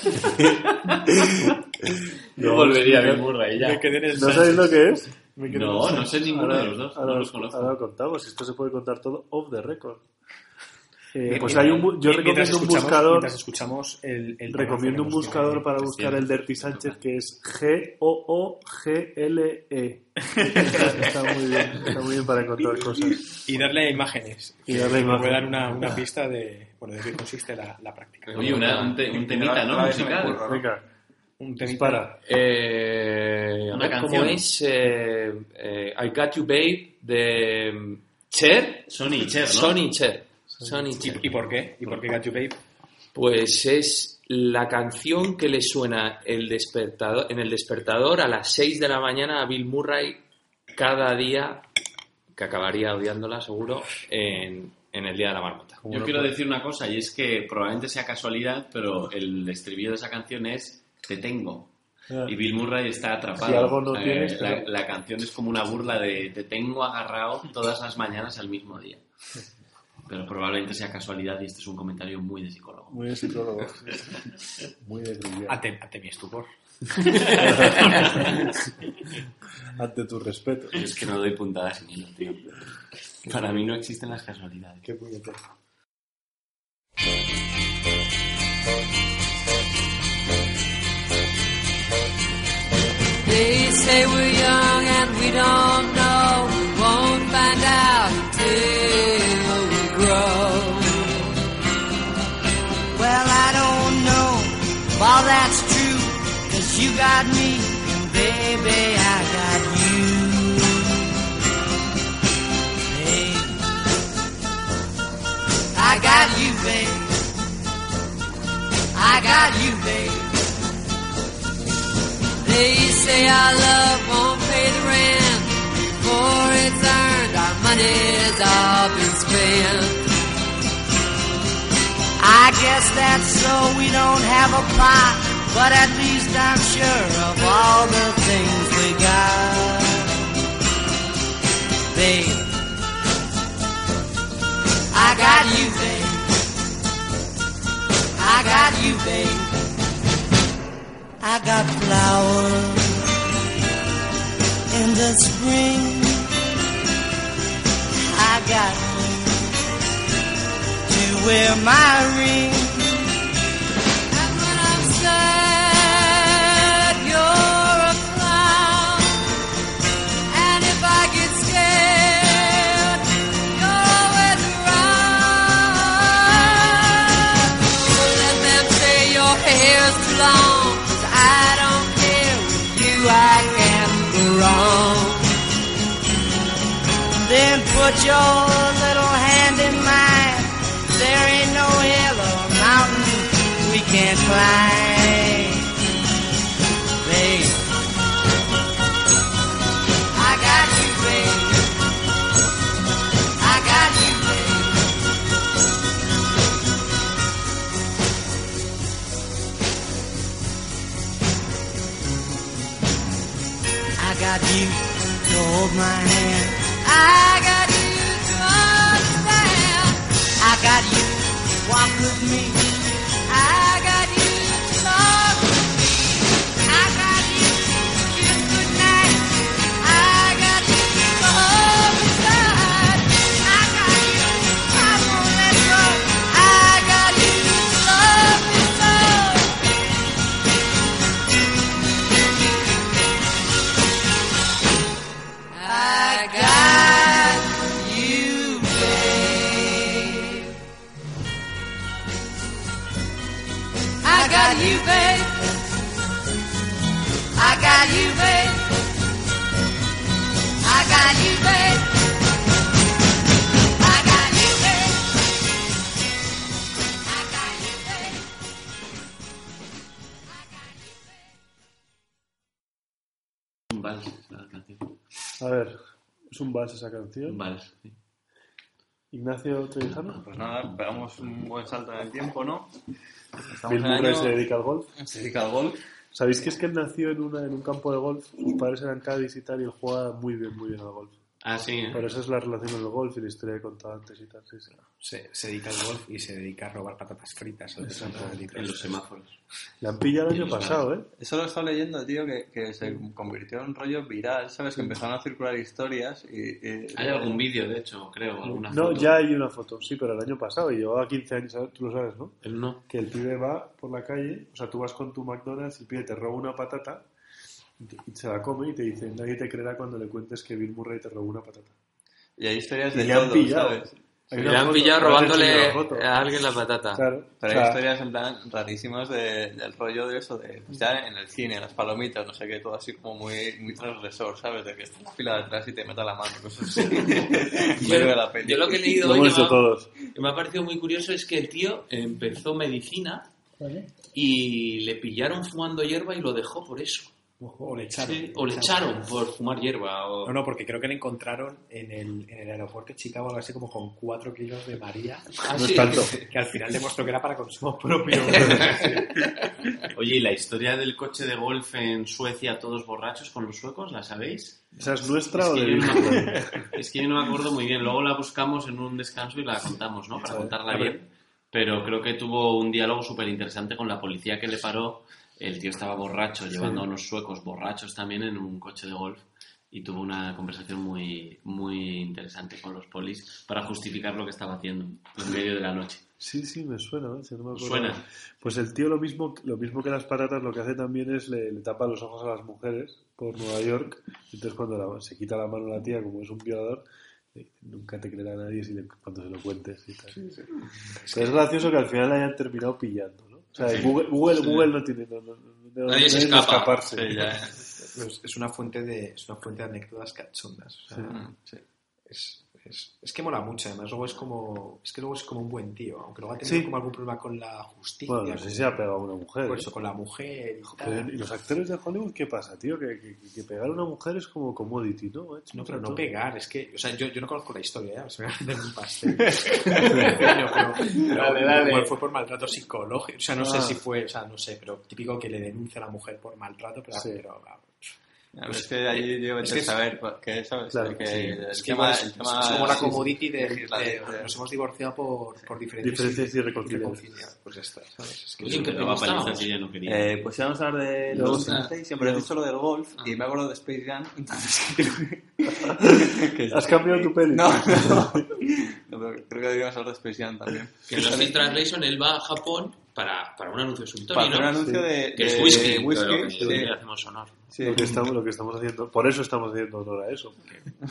No volvería a Bill Murray ya. Me quedé en el ¿No Sánchez. sabéis lo que es? Me quedé en el No, no Sánchez. sé ninguno de los dos. Ahora No los conozco. Ahora lo contamos. Esto se puede contar todo off the record. Pues Mira, hay yo recomiendo un buscador. Mientras escuchamos el Recomiendo un buscador para buscar el Dirty Sánchez que es Google. Está muy bien para encontrar cosas. Y darle imágenes. Y darle que me puede imágenes. dar una pista de qué consiste la práctica. Oye, un temita, ¿no? Musical. Venga, Un temita. dispara. A ver, canción. ¿cómo es? I Got You Babe de Cher. Sonny y Cher, ¿no? Sonny Cher. Sonny Cher. ¿Y por qué? ¿Y por qué Got You Babe? Pues es la canción que le suena en el despertador a las 6 de la mañana a Bill Murray cada día, que acabaría odiándola seguro, en el Día de la Marmota. Yo quiero decir una cosa, y es que probablemente sea casualidad, pero el estribillo de esa canción es Te tengo. Y Bill Murray está atrapado. Si algo no tienes, pero- la canción es como una burla de te tengo agarrado todas las mañanas al mismo día. Pero probablemente sea casualidad y este es un comentario muy de psicólogo. Muy de psicólogo. Muy de grilla. Ante mi estupor. Ante tu respeto. Yo es que no doy puntadas sin hilo, tío. Para mí no existen las casualidades. Qué puñetero. They say we're young and we don't know. We won't find out till we grow. Well, I don't know if all that's true, 'cause you got me and baby I got you. Hey, I got you, babe. I got you, babe. They say our love won't pay the rent before it's earned. Our money's all been spent. I guess that's so we don't have a plot, but at least I'm sure of all the things we got. Babe, I got you, babe. I got you, babe. I got flowers in the spring. I got you to wear my ring. And when I'm sad, you're a clown. And if I get scared, you're always around. Let them say your hair's too long. I don't care with you, I can't go wrong. Then put your little hand in mine. There ain't no hill or mountain we can't climb. Babe, I got you, babe. I got you, babe. I got you to hold my hand. I got you to understand. I got you to walk with me. I got you to talk with me. I got you to kiss goodnight. I got you to hold me tight. I got you, I won't let go. I got you to love me so. I got got you, babe. I got you, babe. I got you, babe. Un vals esa canción. A ver, es un vals esa canción. Un vals, sí. Ignacio Trevijano. Pues nada, pegamos un buen salto en el tiempo, ¿no? Estamos Bill en el Murray año- se dedica al golf. se dedica al golf. ¿Sabéis que es que él nació en un campo de golf? Sus padres eran Cádiz y tal, y él jugaba muy bien al golf. Ah, sí, ¿eh? Pero esa es la relación con el golf y la historia que he contado antes y tal. Sí, sí. Se dedica al golf y se dedica a robar patatas fritas. En los semáforos. Le han pillado el Y año los pasado, ¿eh? Eso lo he estado leyendo, tío, que se convirtió en rollo viral, ¿sabes? Que empezaron a circular historias y Hay algún vídeo, de hecho, creo, alguna No, foto. ya hay una foto, sí, pero el año pasado, y llevaba 15 años, ¿sabes? Tú lo sabes, ¿no? Él no. Que el pibe va por la calle, o sea, tú vas con tu McDonald's y el pibe te roba una patata y se la come y te dice, nadie te creerá cuando le cuentes que Bill Murray te robó una patata. Y hay historias Y de le han todo, pillado. ¿sabes? Hay Le una han foto, pillado ahora te enseño robándole la foto. a alguien la patata. Claro. Pero o hay sea, historias en plan rarísimas del rollo de eso, de pues ya en el cine, las palomitas, no sé qué, todo así como muy transgresor, ¿sabes? De que está en la fila de atrás y te meta la mano, cosas así. En medio de la peli. Yo lo que he leído lo hoy hemos que hecho todos. que me ha parecido muy curioso es que el tío empezó medicina y le pillaron fumando hierba y lo dejó por eso. O le echaron. Sí, o le echaron por fumar hierba. O... No, porque creo que le encontraron en el aeropuerto de Chicago algo así como con 4 kilos de María, Ah, No sí. es tanto. que al final demostró que era para consumo propio. Oye, ¿y la historia del coche de golf en Suecia, todos borrachos con los suecos, la sabéis? ¿Esa es nuestra Es o que, de yo Bill no, Murray? es que yo no me acuerdo muy bien. Luego la buscamos en un descanso y la contamos, ¿no? Para contarla bien. Pero creo que tuvo un diálogo súper interesante con la policía que le paró. El tío estaba borracho, llevando a unos suecos borrachos también en un coche de golf. Y tuvo una conversación muy, muy interesante con los polis para justificar lo que estaba haciendo en medio de la noche. Sí, sí, me suena, ¿eh? Si no me acuerdo. ¿Suena? Pues el tío lo mismo que las patatas, lo que hace también es le tapa los ojos a las mujeres por Nueva York. Entonces cuando se quita la mano la tía, como es un violador, nunca te creerá nadie cuando se lo cuentes y tal. Pero es gracioso que al final la hayan terminado pillando, ¿no? O sea, Google no tiene... Nadie se escapa. escaparse. Sí, ya. Es una fuente de anécdotas cachondas. O sea, Sí. es que mola mucho, además luego es como un buen tío, aunque luego ha tenido Sí. como algún problema con la justicia. Bueno, no sé si se ha pegado a una mujer. Por ¿eh? eso, con la mujer y Pero, tal. ¿y los actores de Hollywood qué pasa, tío? Que pegar a una mujer es como commodity, ¿no? No, pero no Tanto. pegar, es que, o sea, yo no conozco la historia, se me va a vender un pastel. pero igual fue por maltrato psicológico, o sea, no sé si fue, o sea, no sé, pero típico que le denuncia a la mujer por maltrato, pero, Sí. Es que ahí yo es que saber qué, ¿sabes? Claro, que sí. el Es que tema, igual el es tema como la sí, commodity sí, de legislativo, nos hemos divorciado por Diferencias irreconciliables. Pues ya está, ¿sabes? Es que Oye, ¿qué Pero va estamos? palizas y ya no quería. pues íbamos a hablar de Luego los sí. 66, siempre he dicho lo del golf y me acuerdo de Space Jam, entonces creo ¿Has cambiado tu peli? No, pero creo que deberíamos hablar de Space Jam también. Que en Lost in Translation él va a Japón para un anuncio de Para Suntory, hacer un ¿no? anuncio de Que es whisky, whisky, pero que sí. le hacemos honor. Sí. Lo que estamos haciendo, por eso estamos haciendo honor a eso.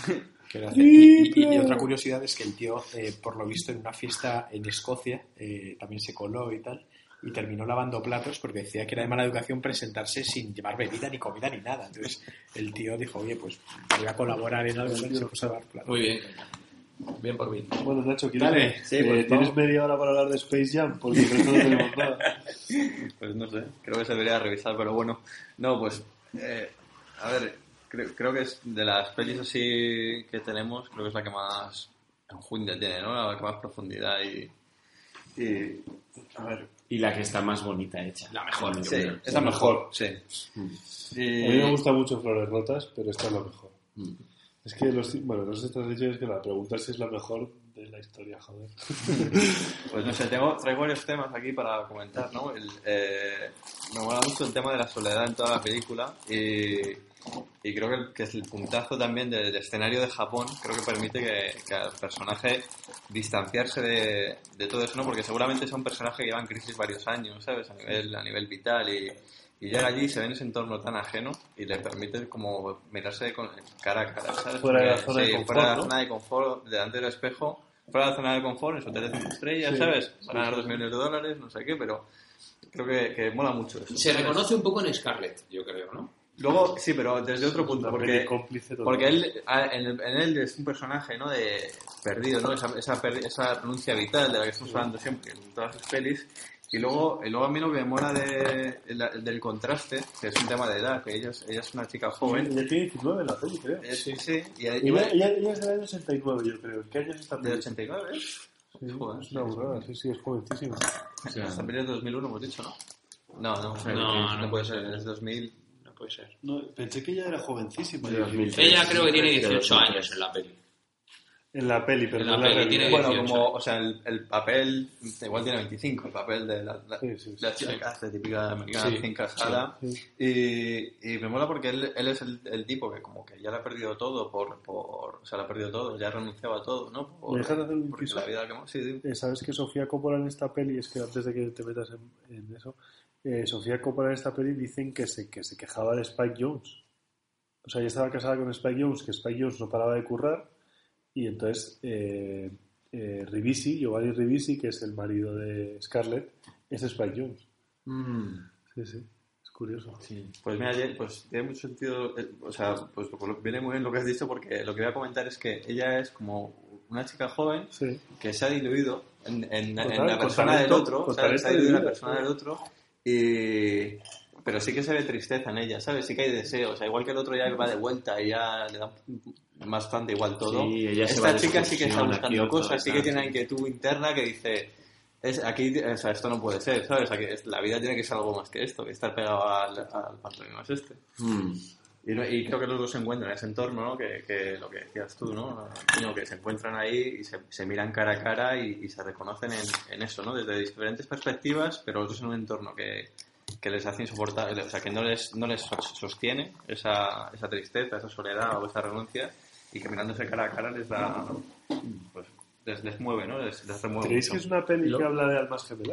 Y otra curiosidad es que el tío, por lo visto, en una fiesta en Escocia, también se coló y tal, y terminó lavando platos porque decía que era de mala educación presentarse sin llevar bebida, ni comida, ni nada. Entonces el tío dijo, oye, pues voy a colaborar en algo, y se puso a lavar platos. Muy bien. Bien por mí. Bueno, Nacho, ¿quieres, Dale. Sí, pues ¿tienes vamos. media hora para hablar de Space Jam? Porque por eso no tenemos nada. Pues no sé, creo que se debería revisar, pero bueno. No, pues, a ver, creo que es de las pelis así que tenemos, creo que es la que más enjundia tiene, ¿no? La que más profundidad y a ver, Y la que está más bonita hecha. La mejor. sí, es la mejor, sí. A mí me gusta mucho Flores Rotas, pero esta es la mejor. Es que no sé si te has dicho, es que la pregunta es si es la mejor de la historia, joder. Pues no sé, traigo varios temas aquí para comentar, ¿no? Me mola mucho el tema de la soledad en toda la película y creo que es el puntazo también del escenario de Japón, creo que permite que al personaje distanciarse de todo eso, ¿no? Porque seguramente es un personaje que lleva en crisis varios años, ¿sabes? A nivel vital y llega allí y se ve en ese entorno tan ajeno y le permite como mirarse cara a cara, ¿sabes? Fuera de la zona de confort, fuera de la ¿no? zona de confort, delante del espejo, fuera de la zona de confort, en su hotel de 5 estrellas, ¿sabes? Va a ganar $2 millones, no sé qué, pero creo que mola mucho eso. Se reconoce un poco en Scarlett, yo creo, ¿no? Luego, sí, pero desde otro punto, Una peli cómplice total. porque él, en él es un personaje, ¿no? De perdido, ¿no? Esa renuncia vital de la que estamos hablando siempre en todas sus pelis. Y luego a mí lo que me mola del contraste, que es un tema de edad, que ella es una chica joven. Ella tiene 19 en la peli, creo. Sí. Y Ella es del año 89, yo creo. ¿Qué años está? ¿Del 89? Sí, Joder, es una burrada, sí, es jovencísima. O sea, Esta peli es de 2001, hemos dicho, ¿no? No puede ser, es 2000. No puede ser. No, pensé que ella era jovencísima. de 2003. Ella creo que tiene De 18 2003. años en la peli. En la peli, pero En no la en la peli realidad. tiene Bueno, 18. o sea, el papel igual tiene 25, el papel de la chica que hace típica americana recién casada. Sí. Y me mola porque él es el tipo que como que ya le ha perdido todo o sea, le ha perdido todo, ya ha renunciado a todo, ¿no? ¿Me dejas hacer un porque inciso? la vida que sí. ¿Sabes que Sofía Coppola en esta peli, es que antes de que te metas en eso, Sofía Coppola en esta peli dicen que se quejaba de Spike Jonze? O sea, ella estaba casada con Spike Jonze, que Spike Jonze no paraba de currar, y entonces Giovanni Ribisi, que es el marido de Scarlett, es Spike Jonze. Sí, es curioso. Sí. Pues mira, pues tiene mucho sentido, o sea, pues viene muy bien lo que has dicho, porque lo que voy a comentar es que ella es como una chica joven Sí. que se ha diluido en Total, la con persona talento, del otro, con ¿sabes? Se ha talento diluido en la diluido, persona sí. del otro, pero sí que se ve tristeza en ella, ¿sabes? Sí que hay deseo, o sea, igual que el otro ya va de vuelta y ya le da bastante igual todo. Sí, ella se va Esta de chica sí que está excursión a buscando Kioto, cosas, sí que tiene una sí. inquietud interna que dice... Aquí, o sea, esto no puede ser, ¿sabes? La vida tiene que ser algo más que esto, que estar pegado al pantomima es este. Y creo que los dos se encuentran en ese entorno, ¿no? Que lo que decías tú, ¿no? Que se encuentran ahí y se miran cara a cara y se reconocen en eso, ¿no? Desde diferentes perspectivas, pero los dos en un entorno que les hace insoportable, o sea, que no les sostiene esa tristeza, esa soledad o esa renuncia, y que mirándose cara a cara les da, pues, les mueve, ¿no? Les remueve. ¿Creéis mucho. que es una peli que habla de almas gemelas?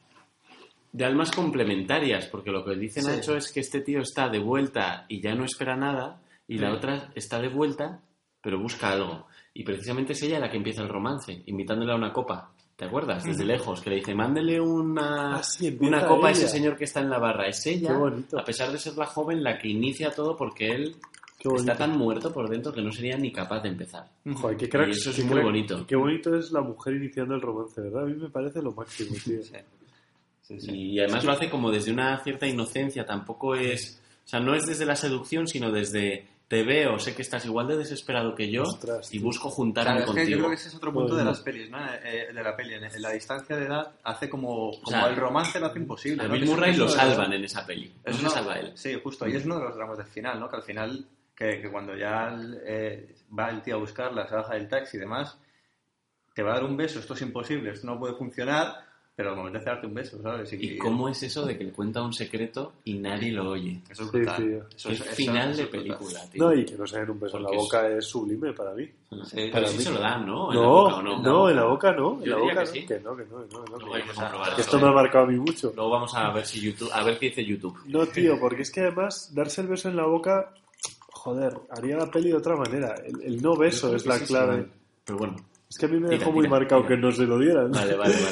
De almas complementarias, porque lo que dice Sí. Nacho es que este tío está de vuelta y ya no espera nada, y la otra está de vuelta, pero busca algo. Y precisamente es ella la que empieza el romance, invitándole a una copa. ¿Te acuerdas? Desde lejos, que le dice, mándele una empieza copa a ella. ese señor que está en la barra. Es ella, Qué bonito. a pesar de ser la joven, la que inicia todo porque él Qué bonito. está tan muerto por dentro que no sería ni capaz de empezar. Joder, qué crack. Y eso es qué muy crack. bonito. Qué bonito es la mujer iniciando el romance, ¿verdad? A mí me parece lo máximo, tío. Sí. Y además lo hace como desde una cierta inocencia, tampoco es... O sea, no es desde la seducción, sino desde te veo, sé que estás igual de desesperado que yo Ostras, y tío. busco juntarme Claro, es que yo contigo. creo que ese es otro punto Pues de no. las pelis, ¿no? De la peli. En la distancia de edad hace como sea, el romance lo hace imposible. A ¿no? Bill Que es Murray uno lo de los- salvan en esa peli. No es se uno- salva él. Sí, justo. Y es uno de los dramas del final, ¿no? Que al final, que cuando ya va el tío a buscarla, se baja del taxi y demás, te va a dar un beso, esto es imposible, esto no puede funcionar, pero al momento de darte un beso, ¿sabes? ¿Y cómo es eso de que le cuenta un secreto y nadie lo oye? Eso es Sí, brutal. tío. Eso Qué es- eso- final eso de es brutal. película, tío. No, y que no se den un beso en la Porque boca es sublime para mí. Sí, Pero para sí mí- se lo dan, ¿no? ¿En la No, boca o no? no, en la boca no. En Yo la diría boca que no. sí. Que no. Luego hay que comprobar Que eso, esto me ha marcado a mí mucho. Luego vamos a ver si YouTube, a ver qué dice YouTube. No, tío, porque es que además darse el beso en la boca, joder, haría la peli de otra manera. El no beso es la Sí, sí, clave. sí. Pero bueno, Es que a mí me Tira, dejó muy tira, marcado tira. que no se lo dieran. vale.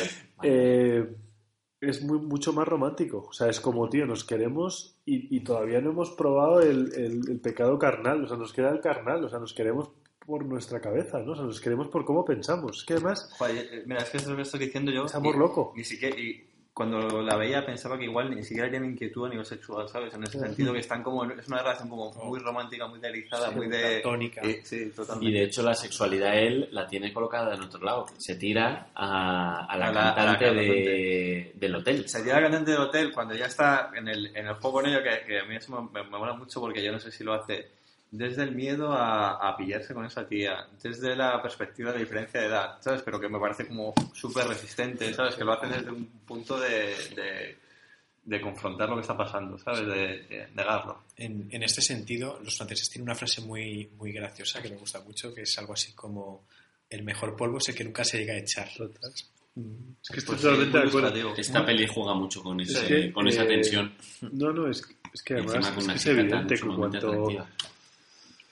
Es mucho más romántico. O sea, es como, tío, nos queremos y todavía no hemos probado el pecado carnal. O sea, nos queda el carnal. O sea, nos queremos por nuestra cabeza, ¿no? O sea, nos queremos por cómo pensamos. Es que además Joder, mira, es que eso es lo que estoy diciendo yo. es amor loco. Ni siquiera, y cuando la veía pensaba que igual ni siquiera tienen inquietud a nivel sexual, ¿sabes? En ese sentido que están como... Es una relación como muy romántica, muy idealizada, muy de... platónica. Sí, totalmente. Y de hecho la sexualidad él la tiene colocada en otro lado. Se tira a la A la cantante cantante. del hotel. Se tira al cantante del hotel cuando ya está en el juego con ello, que a mí eso me mola mucho porque yo no sé si lo hace desde el miedo a pillarse con esa tía, desde la perspectiva de diferencia de edad, ¿sabes? Pero que me parece como súper resistente, ¿sabes? Que lo hace desde un punto de confrontar lo que está pasando, ¿sabes? De negarlo. En este sentido, los franceses tienen una frase muy, muy graciosa que me gusta mucho, que es algo así como: el mejor polvo es el que nunca se llega a echar. Total. Es que Pues estoy sí, totalmente muy de acuerdo. ilustrativo. Esta peli juega mucho con, ese, Es que, con esa tensión. No, es que Encima además con es una que es chica tan evidente que sumamente cuanto... atractiva.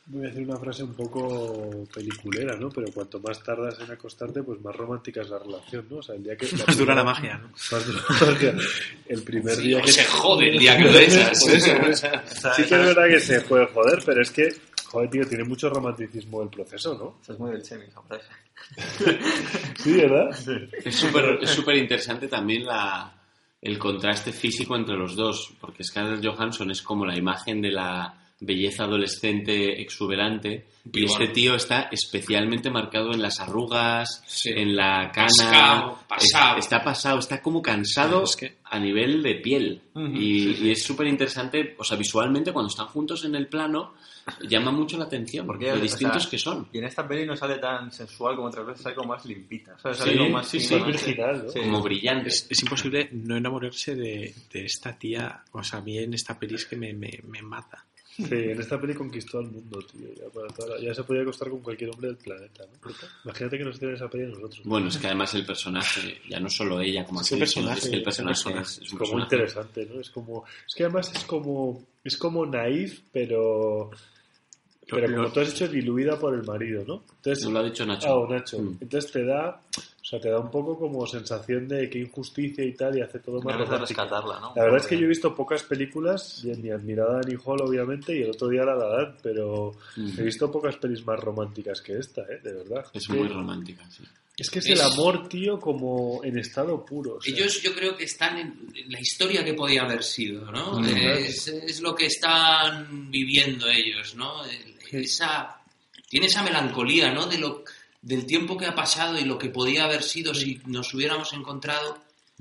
Voy a decir una frase un poco peliculera, ¿no? Pero cuanto más tardas en acostarte, pues más romántica es la relación, ¿no? O sea, el día que... Más dura la magia, ¿no? Más dura la magia. El primer día que... se jode el día que lo dejas. Por eso. Sí que es verdad que se puede joder, pero es que, joder, tío, tiene mucho romanticismo el proceso, ¿no? Eso es muy del Chemi, esa frase. Sí, ¿verdad? Es súper interesante también el contraste físico entre los dos, porque Scarlett Johansson es como la imagen de la belleza adolescente exuberante y este tío está especialmente marcado en las arrugas, en la cana, pasado. Está pasado, está como cansado a nivel de piel. Y es súper interesante, o sea, visualmente cuando están juntos en el plano llama mucho la atención, porque lo distintos que son. Y en esta peli no sale tan sensual como otras veces, sale como más limpita, ¿sabes? Sí, Sale como más virginal, ¿no? Sí. Como brillante. Es imposible no enamorarse de esta tía. O sea, a mí en esta peli es que me mata. Sí, en esta peli conquistó al mundo, tío. Ya se podía acostar con cualquier hombre del planeta, ¿no? Imagínate que nos hicieran esa peli a nosotros. Bueno, es que además el personaje, ya no solo ella como actriz, es que el personaje es un como personaje interesante, ¿no? Es que además es como naif, pero como tú has dicho, diluida por el marido, ¿no? Entonces, no lo ha dicho Nacho. Nacho. Entonces te da un poco como sensación de que injusticia y tal, y hace todo más de romántico. rescatarla, ¿no? La verdad es que yo he visto pocas películas, ni admirada ni Hall, obviamente, y el otro día La Land, pero he visto pocas pelis más románticas que esta, de verdad. Es muy romántica, sí. Es que es el amor, tío, como en estado puro. O sea. Ellos yo creo que están en la historia que podía haber sido, ¿no? Es lo que están viviendo ellos, ¿no? Tiene esa melancolía, ¿no? Del tiempo que ha pasado y lo que podía haber sido si nos hubiéramos encontrado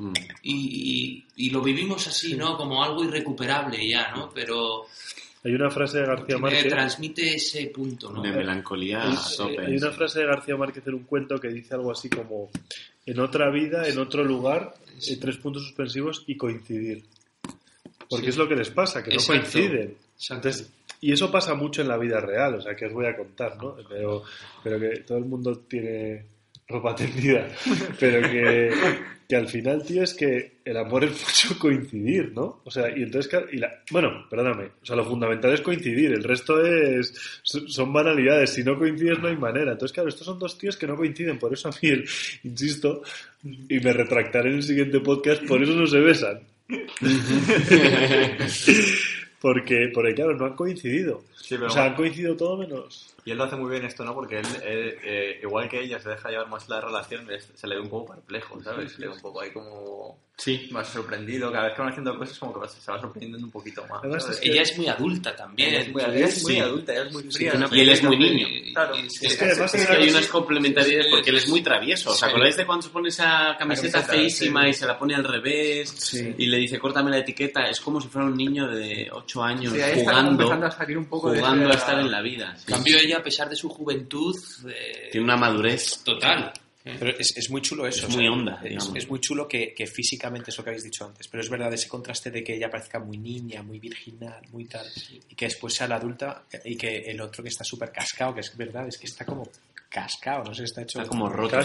y lo vivimos así, ¿no? Como algo irrecuperable ya, ¿no? Pero hay una frase de García Márquez... transmite ese punto, ¿no? De melancolía. Hay una frase de García Márquez en un cuento que dice algo así como: en otra vida, en otro lugar, 3 puntos suspensivos y coincidir. Porque es lo que les pasa, que no coinciden. Entonces, y eso pasa mucho en la vida real, o sea, que os voy a contar, ¿no? Pero que todo el mundo tiene ropa tendida, pero que al final, tío, es que el amor es mucho coincidir, ¿no? O sea, y entonces, bueno, perdóname, o sea, lo fundamental es coincidir, el resto son banalidades, si no coincides no hay manera. Entonces, claro, estos son 2 tíos que no coinciden, por eso a mí, insisto, y me retractaré en el siguiente podcast, por eso no se besan. Porque claro, no han coincidido. Sí, pero o sea, han coincidido todo menos... Y él lo hace muy bien esto, ¿no? Porque él, igual que ella se deja llevar más la relación, se le ve un poco perplejo, ¿sabes? Se le ve un poco ahí como... Sí. Más sorprendido. Cada vez que van haciendo cosas como que se va sorprendiendo un poquito más. Además, ella es muy adulta también. Ella es muy adulta, ella es muy fría. Y él es muy niño. Claro. Es que además Es que hay unas complementariedades porque él es muy travieso. ¿Os acordáis de cuando se pone esa camiseta feísima y se la pone al revés y le dice córtame la etiqueta? Es como si fuera un niño de 8 años jugando a estar en la vida. En cambio ella, a pesar de su juventud... tiene una madurez total. Pero es muy chulo eso. Es muy honda, digamos. Es muy chulo que físicamente es lo que habéis dicho antes. Pero es verdad ese contraste de que ella parezca muy niña, muy virginal, muy tal. Y que después sea la adulta y que el otro que está súper cascado, que es verdad, es que está como cascado, no sé, está hecho... Está como roto.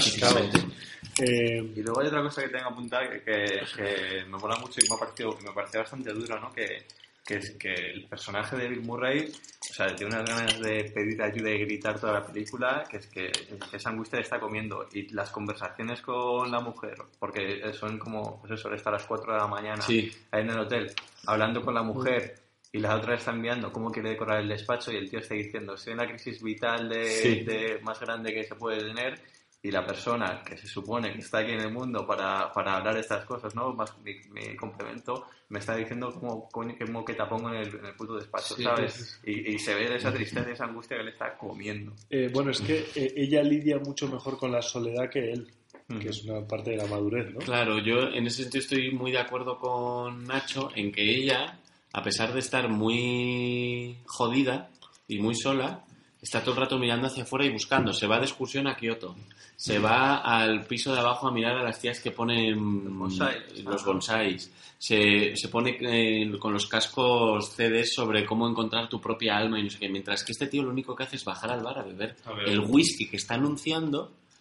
Y luego hay otra cosa que tengo que apuntar que me mola mucho y me pareció bastante duro, ¿no? Que es que el personaje de Bill Murray, o sea, tiene unas ganas de pedir ayuda y gritar toda la película, que es que esa angustia le está comiendo. Y las conversaciones con la mujer, porque son como, pues eso, está a las 4 de la mañana ahí en el hotel, hablando con la mujer, y la otra está enviando cómo quiere decorar el despacho, y el tío está diciendo, estoy en la crisis vital de más grande que se puede tener, y la persona que se supone que está aquí en el mundo para hablar de estas cosas, ¿no? Más mi complemento, me está diciendo cómo que te pongo en el puto despacho, ¿sabes? Y se ve esa tristeza y esa angustia que le está comiendo. Bueno, es que ella lidia mucho mejor con la soledad que él, que es una parte de la madurez, ¿no? Claro, yo en ese sentido estoy muy de acuerdo con Nacho en que ella, a pesar de estar muy jodida y muy sola, está todo el rato mirando hacia afuera y buscando. Se va de excursión a Kioto. Se va al piso de abajo a mirar a las tías que ponen los bonsáis. Se pone con los cascos CDs sobre cómo encontrar tu propia alma y no sé qué. Mientras que este tío lo único que hace es bajar al bar a beber el whisky que está anunciando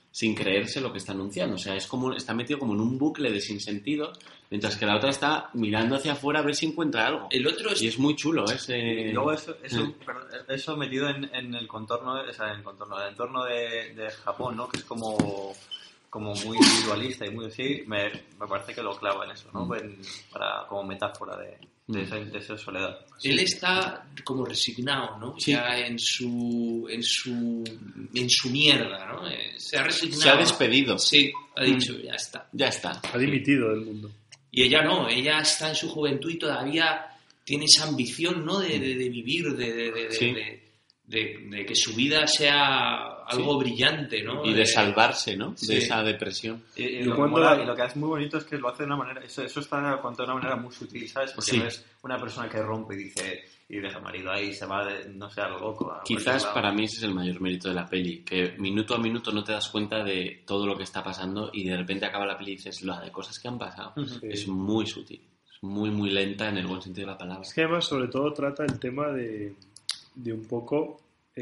sin creerse lo que está anunciando. O sea, es como está metido como en un bucle de sinsentido, mientras que la otra está mirando hacia afuera a ver si encuentra algo. El otro es... Y es muy chulo Y luego eso metido en el contorno, o sea, en el entorno de Japón, ¿no? Que es como muy individualista y muy así, me parece que lo clava en eso, ¿no? Como metáfora de esa soledad. Él está como resignado, ¿no? Sí. Ya en su mierda, ¿no? Se ha resignado. Se ha despedido. Sí, ha dicho, ya está. Ya está. Ha dimitido del mundo. Y ella no, ella está en su juventud y todavía tiene esa ambición, ¿no? De vivir, de que su vida sea algo brillante, ¿no? Y de salvarse, ¿no? Sí. De esa depresión. Y lo que hace muy bonito es que lo hace de una manera, eso está contado de una manera muy sutil, ¿sabes? Porque Sí. no es una persona que rompe y dice, y deja al marido ahí, se va, no sé, a lo loco. Quizás para mí ese es el mayor mérito de la peli, que minuto a minuto no te das cuenta de todo lo que está pasando y de repente acaba la peli y dices, lo de cosas que han pasado. Sí. Es muy sutil, es muy, muy lenta en el buen sentido de la palabra. Es que además, sobre todo, trata el tema de un poco,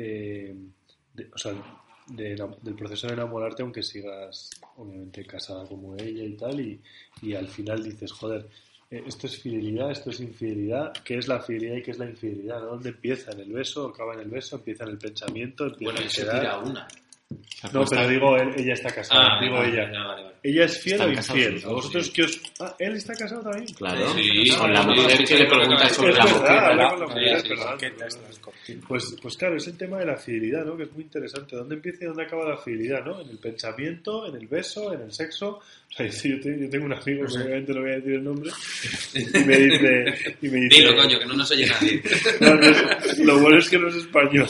del proceso de enamorarte, aunque sigas, obviamente, casada como ella y tal, y al final dices, joder, esto es fidelidad, esto es infidelidad, ¿qué es la fidelidad y qué es la infidelidad? ¿no? ¿Dónde empieza? ¿En el beso? ¿Acaba en el beso? ¿Empieza en el pensamiento? ¿Empieza Bueno, en se quedar? tira una. No, pero digo, ella está casada, digo vale, ella. vale. ¿Ella es fiel Están o casados infiel? los ¿A dos, vosotros sí. qué os...? Ah, ¿él está casado también? Claro, Sí, con la sí, mujer sí, que le sí, pregunta sí, sobre Es la verdad, mujer. habla ¿verdad? con la mujer, Sí, ¿verdad? Pues claro, es el tema de la fidelidad, ¿no? Que es muy interesante. ¿Dónde empieza y dónde acaba la fidelidad, no? En el pensamiento, en el beso, en el sexo. O sea, yo tengo un amigo, que obviamente no voy a decir el nombre, y me dice... Dilo, coño, que no nos oye nadie. Lo bueno es que no es español.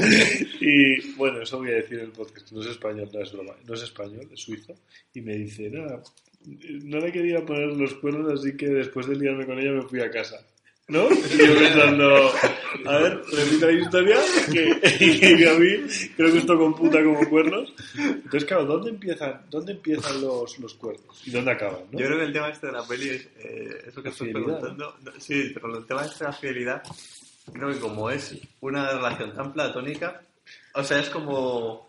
Y bueno, eso voy a decir en el podcast. No es español, no es broma. No es español, es suizo. Y me dice, nada, no le quería poner los cuernos, así que después de liarme con ella me fui a casa. ¿No? Y yo pensando, a ver, repita la historia, que a mí creo que esto computa como cuernos. Entonces, claro, ¿dónde empiezan los cuernos? ¿Y dónde acaban? ¿no? Yo creo que el tema este de la peli es eso que La estás fidelidad, preguntando. ¿No? Sí, pero el tema este de la fidelidad, creo que como es una relación tan platónica, o sea, es como...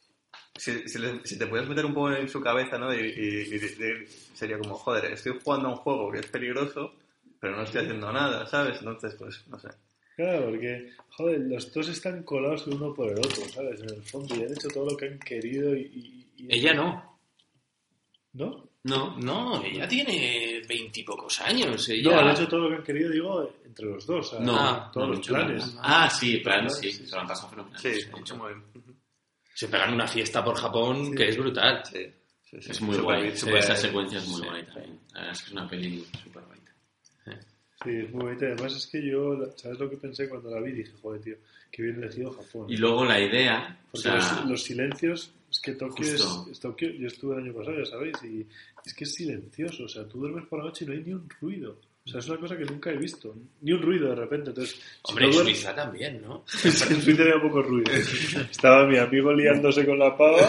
Si te puedes meter un poco en su cabeza, ¿no? Y sería como, joder, estoy jugando a un juego que es peligroso, pero no estoy haciendo nada, ¿sabes? Entonces, pues, no sé. Claro, porque, joder, los dos están colados el uno por el otro, ¿sabes? En el fondo, y han hecho todo lo que han querido y... Ella no. ¿No? No, ella tiene 20 y pocos años. No, Ella... han hecho todo lo que han querido, digo, entre los dos. ¿sabes? No, todos no, los planes. Sí, planes, sí, se lo han pasado fenomenal. Sí, de hecho. mucho muy bien. Se pegan una fiesta por Japón que es brutal. Sí. Es muy guay, esa secuencia es muy guay también. La verdad es que es una peli súper bonita. Sí, es muy bonita. Además es que yo, ¿sabes lo que pensé cuando la vi? Dije, joder, tío, que bien elegido Japón. Y luego la idea, o Porque sea, los silencios, es que Tokio justo. es Tokio, yo estuve el año pasado, ya sabéis, y es que es silencioso, o sea, tú duermes por la noche y no hay ni un ruido. O sea, es una cosa que nunca he visto, ni un ruido de repente. Entonces, Hombre, si y no Suiza también, ¿no? en Suiza había poco ruido. Estaba mi amigo liándose con la pava,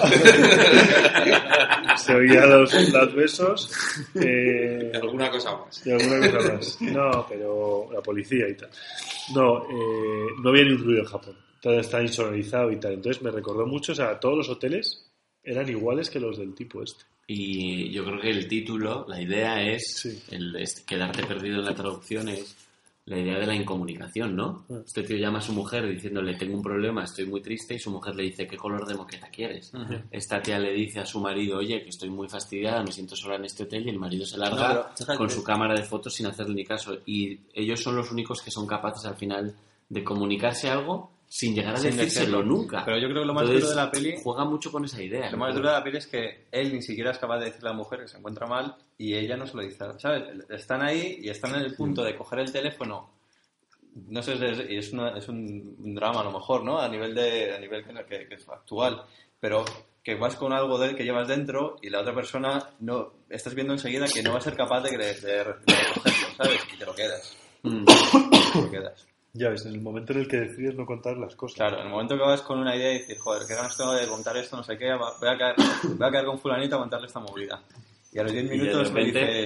se oía los besos, Alguna cosa más. y alguna cosa más. No, pero la policía y tal. No había ni un ruido en Japón. Todo está insonorizado y tal. Entonces me recordó mucho, o sea, todos los hoteles eran iguales que los del tipo este. Y yo creo que el título, la idea es, Sí. quedarte perdido en la traducción, es la idea de la incomunicación, ¿no? Ah. Este tío llama a su mujer diciéndole, tengo un problema, estoy muy triste, y su mujer le dice, ¿qué color de moqueta quieres? Esta tía le dice a su marido, oye, que estoy muy fastidiada, me siento sola en este hotel, y el marido se larga No, pero, fíjate. con su cámara de fotos sin hacerle ni caso. Y ellos son los únicos que son capaces al final de comunicarse algo sin llegar a Sin decírselo decirlo. nunca. Pero yo creo que lo más Entonces, duro de la peli... juega mucho con esa idea. Lo más duro de la peli es que él ni siquiera es capaz de decirle a la mujer que se encuentra mal y ella no se lo dice, ¿sabes? Están ahí y están en el punto de coger el teléfono. No sé, es un drama a lo mejor, ¿no? A nivel que es actual, pero que vas con algo que llevas dentro y la otra persona no estás viendo enseguida que no va a ser capaz de recogerlo, ¿sabes? Y te lo quedas. Te lo quedas. Ya ves, en el momento en el que decides no contar las cosas. Claro, en el momento que vas con una idea y dices, joder, qué ganas tengo de contar esto, no sé qué, voy a caer con fulanito a contarle esta movida. Y a los 10 Y de minutos me repente- dices,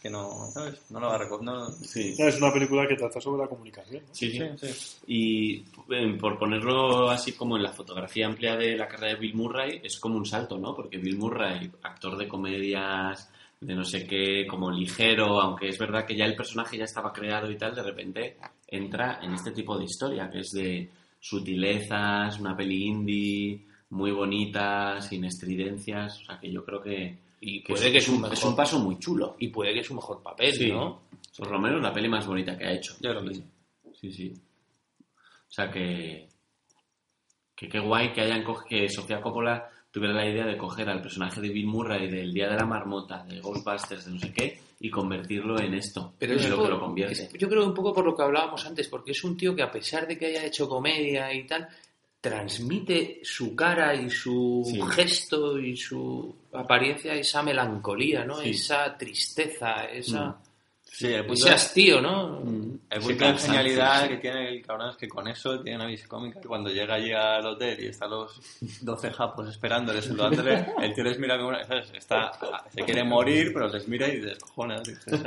que no, ¿sabes? No lo va a recordar. Sí. Es una película que trata sobre la comunicación, ¿no? Sí. Y por ponerlo así como en la fotografía amplia de la carrera de Bill Murray, es como un salto, ¿no? Porque Bill Murray, actor de comedias, de no sé qué, como ligero, aunque es verdad que ya el personaje ya estaba creado y tal, de repente entra en este tipo de historia, que es de sutilezas, una peli indie, muy bonita, sin estridencias, o sea que yo creo que... Y puede que es un paso muy chulo. Y puede que es un mejor papel, Sí. ¿no? Por lo menos la peli más bonita que ha hecho. Yo creo que sí. Sí. O sea que qué guay que Sofía Coppola tuviera la idea de coger al personaje de Bill Murray del Día de la Marmota, de Ghostbusters, de no sé qué, y convertirlo en esto. Pero es es lo por- que lo convierte. Yo creo un poco por lo que hablábamos antes, porque es un tío que a pesar de que haya hecho comedia y tal, transmite su cara y su Sí. gesto y su apariencia, esa melancolía, ¿no? Sí. Esa tristeza, esa... Sí, el punto Ese hastío, ¿no? El Ese punto de cansancio, genialidad sí. que tiene el cabrón es que con eso tiene una vis cómica y cuando llega allí al hotel y están los 12 japos esperándole, saludándole, el tío les mira como una... ¿sabes? Se quiere morir, pero les mira y descojona.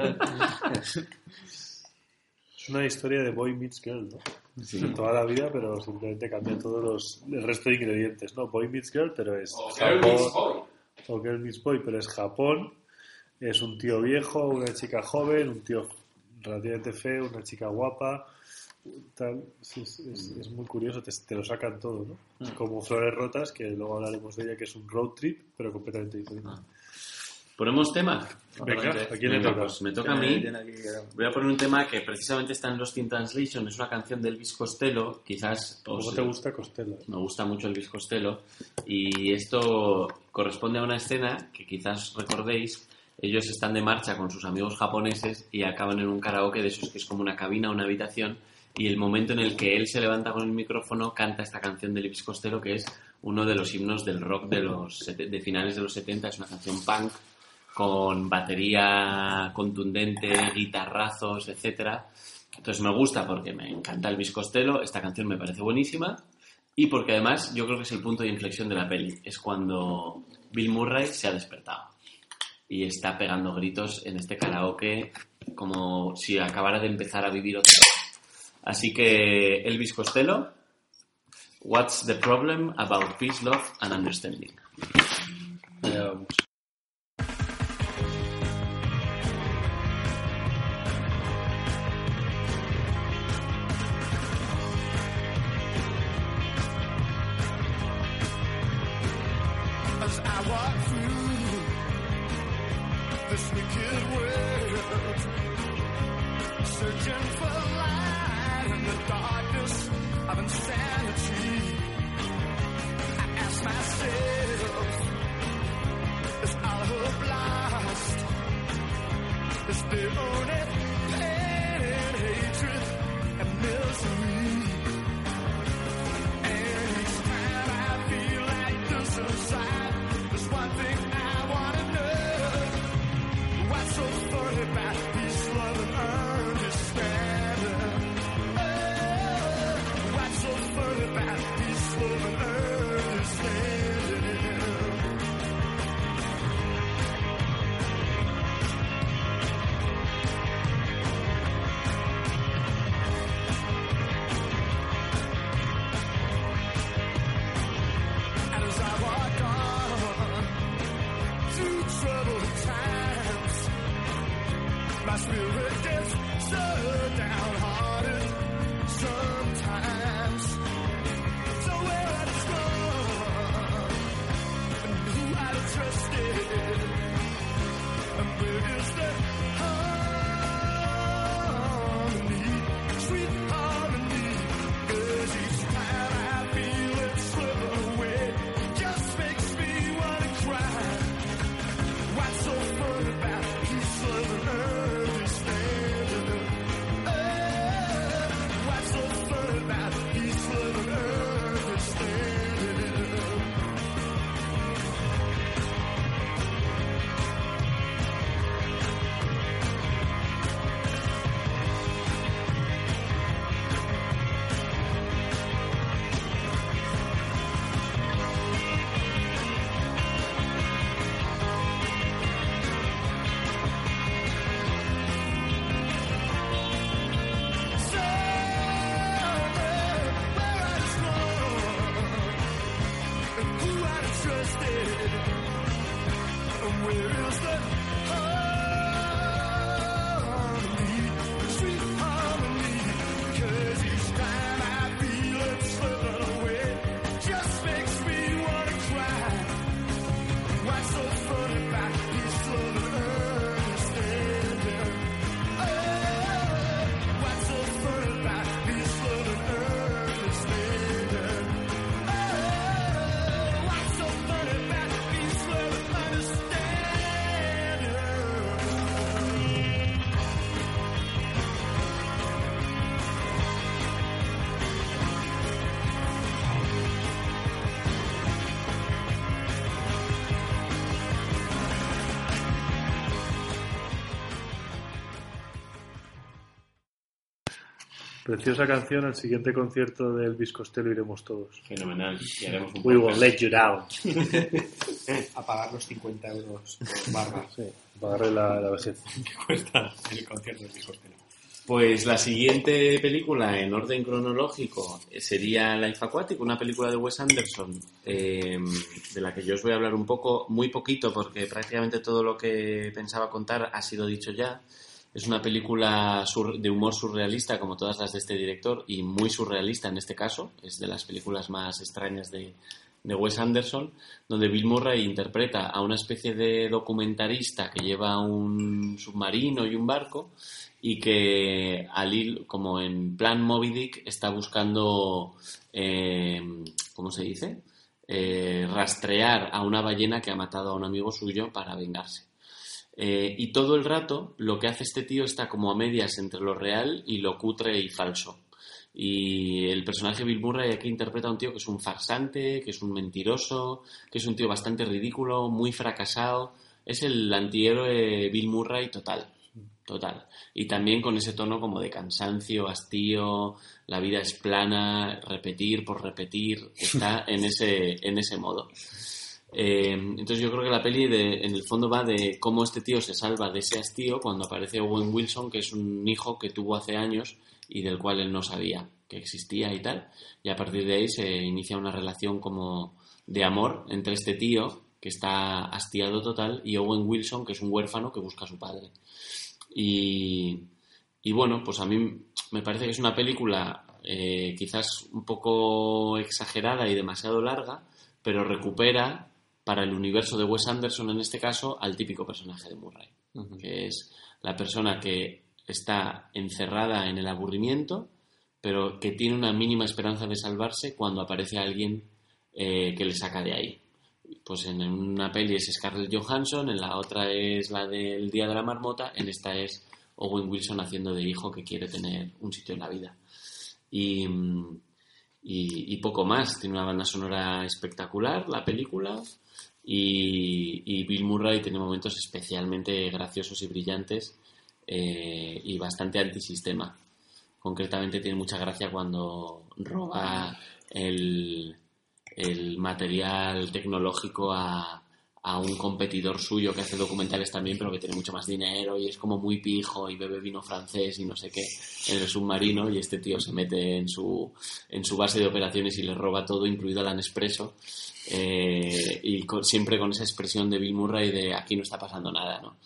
Es una historia de Boy Meets Girl, ¿no? Sí. Toda la vida, pero simplemente cambia el resto de ingredientes, ¿no? Boy Meets Girl, pero es Girl Meets Boy. O Girl Meets Boy, pero es Japón. Es un tío viejo, una chica joven, un tío relativamente feo, una chica guapa. Tal. Es muy curioso, te lo sacan todo, ¿no? Es como Flores Rotas, que luego hablaremos de ella, que es un road trip, pero completamente diferente. ¿Ponemos tema? Venga, ¿a quién le Venga, toca? pues me toca a mí. Voy a poner un tema que precisamente está en Lost in Translation, es una canción de Elvis Costello, quizás ¿Cómo te gusta Costello? me gusta mucho Elvis Costello, y esto corresponde a una escena que quizás recordéis. Ellos están de marcha con sus amigos japoneses y acaban en un karaoke de esos que es como una cabina, una habitación, y el momento en el que él se levanta con el micrófono canta esta canción de Elvis Costello, que es uno de los himnos del rock de finales de los 70, es una canción punk con batería contundente, guitarrazos, etcétera. Entonces me gusta porque me encanta Elvis Costello, esta canción me parece buenísima, y porque además yo creo que es el punto de inflexión de la peli, es cuando Bill Murray se ha despertado y está pegando gritos en este karaoke como si acabara de empezar a vivir otra vez. Así que Elvis Costello, What's the Problem About Peace, Love and Understanding? Allá vamos. As I walk through this wicked world, searching for light in the darkness of insanity, I ask myself, is all hope lost? Is there only pain and hatred and misery? And each time I feel like this inside, there's one thing I want to know. What's so funny about peace, love, and understanding? Oh, what's so funny about peace, love, and understanding? And as I walk on through troubled times, my spirit gets so downhearted sometimes. So where I'd gone and who I'd have trusted, and where is the harmony, sweet harmony? 'Cause each time I feel it slip away, just makes me wanna cry. What's so fun about peace, love, and understanding? Oh, what's so fun Where is the harmony, the sweet harmony? 'Cause each time I feel it slipping away, it just makes me wanna cry. What's so funny about this love and understanding? Oh, what's so funny about this love and understanding? Oh, what's so funny about this love and understanding? Preciosa canción, al siguiente concierto de Elvis Costello iremos todos. Fenomenal. Y haremos un We podcast. won't let you down. A pagar los 50 euros por barra Sí, pagarle la vejez. que cuesta el concierto de Elvis Costello. Pues la siguiente película en orden cronológico sería Life Aquatic, una película de Wes Anderson, de la que yo os voy a hablar un poco, muy poquito, porque prácticamente todo lo que pensaba contar ha sido dicho ya. Es una película de humor surrealista, como todas las de este director, y muy surrealista en este caso. Es de las películas más extrañas de Wes Anderson, donde Bill Murray interpreta a una especie de documentarista que lleva un submarino y un barco, y que como en plan Moby Dick está buscando, ¿cómo se dice? Rastrear a una ballena que ha matado a un amigo suyo para vengarse. Y todo el rato lo que hace este tío está como a medias entre lo real y lo cutre y falso. Y el personaje Bill Murray aquí interpreta a un tío que es un farsante, que es un mentiroso, que es un tío bastante ridículo, muy fracasado. Es el antihéroe Bill Murray total. Y también con ese tono como de cansancio, hastío, la vida es plana, repetir por repetir, está en ese modo. Entonces yo creo que la peli en el fondo va de cómo este tío se salva de ese hastío cuando aparece Owen Wilson, que es un hijo que tuvo hace años y del cual él no sabía que existía y tal, y a partir de ahí se inicia una relación como de amor entre este tío que está hastiado total y Owen Wilson, que es un huérfano que busca a su padre. Y bueno, pues a mí me parece que es una película quizás un poco exagerada y demasiado larga, pero recupera para el universo de Wes Anderson, en este caso, al típico personaje de Murray, que es la persona que está encerrada en el aburrimiento, pero que tiene una mínima esperanza de salvarse cuando aparece alguien que le saca de ahí. Pues en una peli es Scarlett Johansson, en la otra es la del Día de la Marmota, en esta es Owen Wilson haciendo de hijo que quiere tener un sitio en la vida. Y poco más. Tiene una banda sonora espectacular, la película, y Bill Murray tiene momentos especialmente graciosos y brillantes y bastante antisistema. Concretamente tiene mucha gracia cuando roba el material tecnológico a un competidor suyo que hace documentales también, pero que tiene mucho más dinero y es como muy pijo y bebe vino francés y no sé qué en el submarino, y este tío se mete en su base de operaciones y le roba todo, incluido la Nespresso, y siempre con esa expresión de Bill Murray de aquí no está pasando nada, ¿no?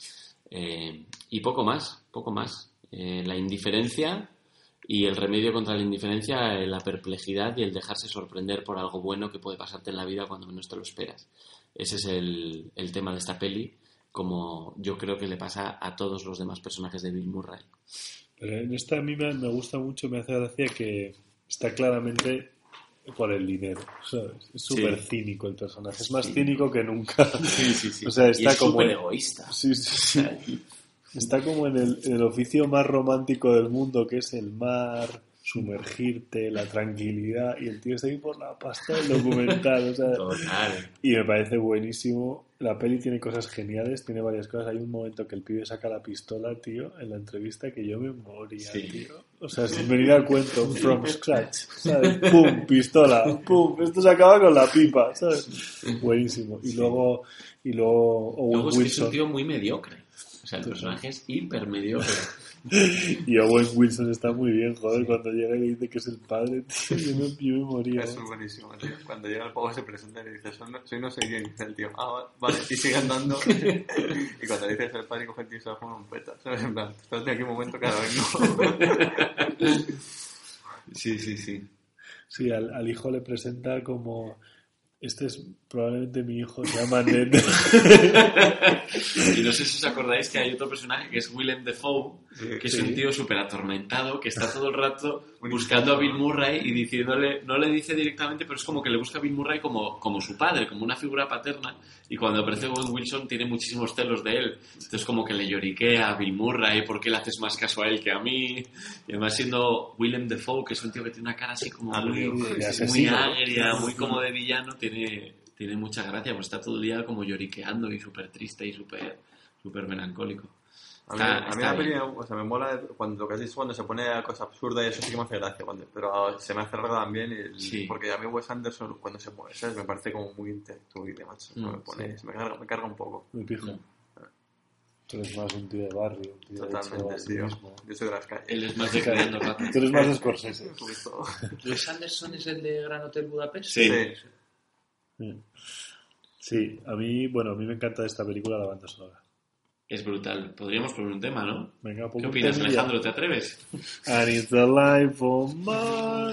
Y poco más. La indiferencia y el remedio contra la indiferencia, la perplejidad y el dejarse sorprender por algo bueno que puede pasarte en la vida cuando menos te lo esperas. Ese es el tema de esta peli, como yo creo que le pasa a todos los demás personajes de Bill Murray. Pero en esta a mí me gusta mucho, me hace gracia que está claramente por el dinero, ¿sabes? Es súper cínico el personaje, es más cínico que nunca. Sí. O sea, Y está es como súper egoísta. Sí. Está como en el oficio más romántico del mundo, que es el mar, sumergirte, la tranquilidad, y el tío está ahí por la pasta del documental, o sea, Total. y me parece buenísimo. La peli tiene cosas geniales, tiene varias cosas. Hay un momento que el pibe saca la pistola, tío, en la entrevista, que yo me moría, tío. O sea, sin venir al cuento, from scratch, ¿sabes? ¡Pum! Pistola, ¡pum! Esto se acaba con la pipa, ¿sabes? Buenísimo. Y luego Owen Luego es que es un Wilson. tío muy mediocre. O sea, el personaje es hiper mediocre. Y Owen Wilson está muy bien, joder, cuando llega y le dice que es el padre, tío, yo me moría. Eso es buenísimo, tío. Cuando llega el pavo se presenta y le dice, soy no sé quién, y dice el tío, vale, y sigue andando. Y cuando le dices el padre, coge el tío y se va a fumar un peta, ¿sabes? En plan, espérate aquí un momento que ahora vengo. Sí. Sí, al hijo le presenta como... Este es probablemente mi hijo, se llama Ned. Y no sé si os acordáis que hay otro personaje que es Willem Dafoe, que es un tío súper atormentado, que está todo el rato buscando a Bill Murray y diciéndole, no le dice directamente, pero es como que le busca a Bill Murray como su padre, como una figura paterna, y cuando aparece Owen Wilson tiene muchísimos celos de él. Entonces como que le lloriquea a Bill Murray, ¿por qué le haces más caso a él que a mí? Y además siendo Willem Dafoe, que es un tío que tiene una cara así como muy agria, muy como de villano, tiene mucha gracia, pues está todo el día como lloriqueando y súper triste y súper melancólico. A mí la peli, o sea, me mola cuando casi es cuando se pone a cosas absurdas y eso sí que me hace gracia, pero se me hace raro también porque a mí Wes Anderson cuando se mueve, ¿sabes? Me parece como muy intelectual y demás, me carga un poco. Muy pijo. Tú eres más un tío de barrio, un tío totalmente, de tío. mismo. Yo soy de las calles. Él es más de Creando Ratas. Tú eres más de Scorsese. ¿Wes Anderson es el de Gran Hotel Budapest? Sí, a mí me encanta de esta película la banda sonora. Es brutal. Podríamos poner un tema, ¿no? Venga, ¿Qué opinas, Alejandro? ¿Te atreves? And it's a life for man.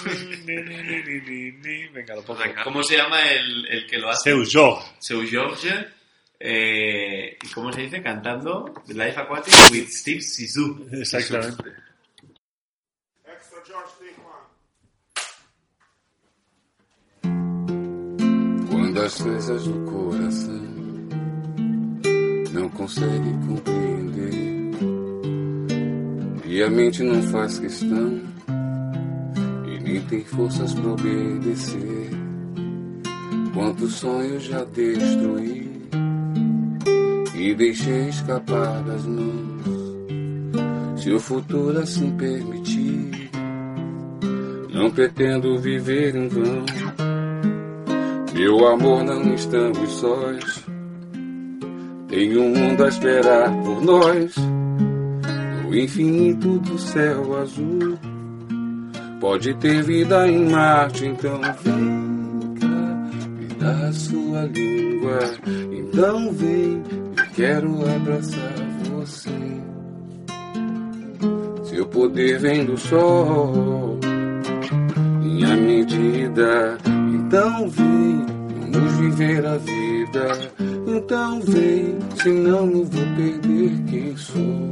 Venga, lo pongo. ¿Cómo se llama el que lo hace? Seu George. ¿Y cómo se dice? Cantando Life Aquatic with Steve Zissou. Exactamente. Extra George, take one. Quando as coisas do coração não consegue compreender e a mente não faz questão e nem tem forças pra obedecer, quantos sonhos já destruí e deixei escapar das mãos. Se o futuro assim permitir, não pretendo viver em vão. Meu amor, não estamos sós. Tem um mundo a esperar por nós. No infinito do céu azul pode ter vida em Marte. Então vem cá, me dá a sua língua. Então vem, eu quero abraçar você. Seu poder vem do sol, minha medida. Então vem, vamos viver a vida. Então vem, senão eu vou perder quem sou.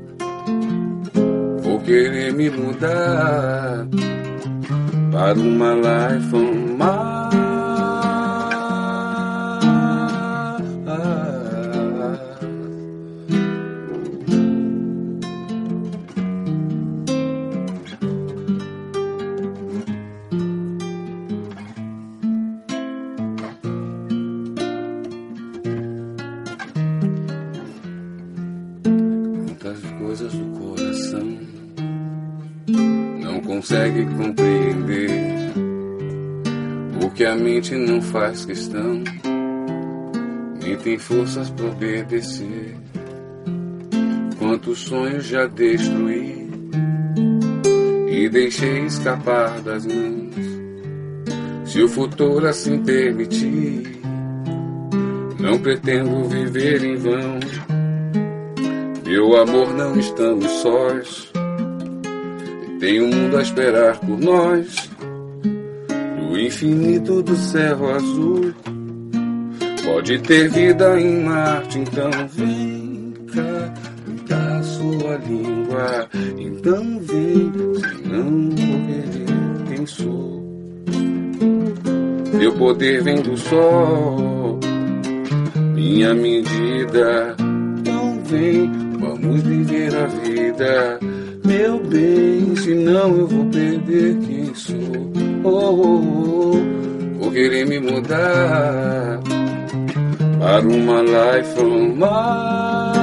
Vou querer me mudar para uma life on Mars. Consegue compreender o que a mente não faz questão, nem tem forças pra obedecer. Quantos sonhos já destruí e deixei escapar das mãos. Se o futuro assim permitir, não pretendo viver em vão. Meu amor, não estamos sós. Tem um mundo a esperar por nós. No infinito do céu azul pode ter vida em Marte. Então vem cá, me dá a sua língua. Então vem, senão morrer quem sou. Meu poder vem do sol, minha medida. Então vem, vamos viver a vida. Meu bem, senão eu vou perder quem sou. Vou querer me mudar para uma life on Mars.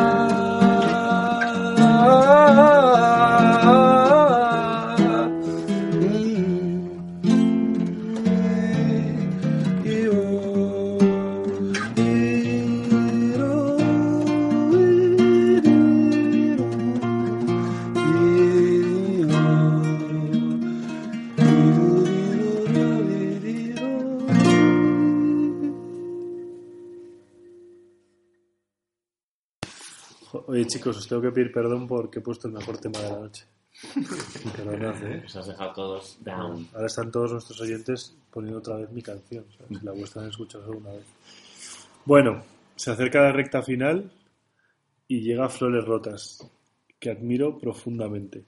Oye, chicos, os tengo que pedir perdón porque he puesto el mejor tema de la noche. Perdonad, Os has dejado todos down. Ahora están todos nuestros oyentes poniendo otra vez mi canción, ¿sabes? La vuestra han escuchado solo una vez. Bueno, se acerca la recta final y llega Flores Rotas, que admiro profundamente.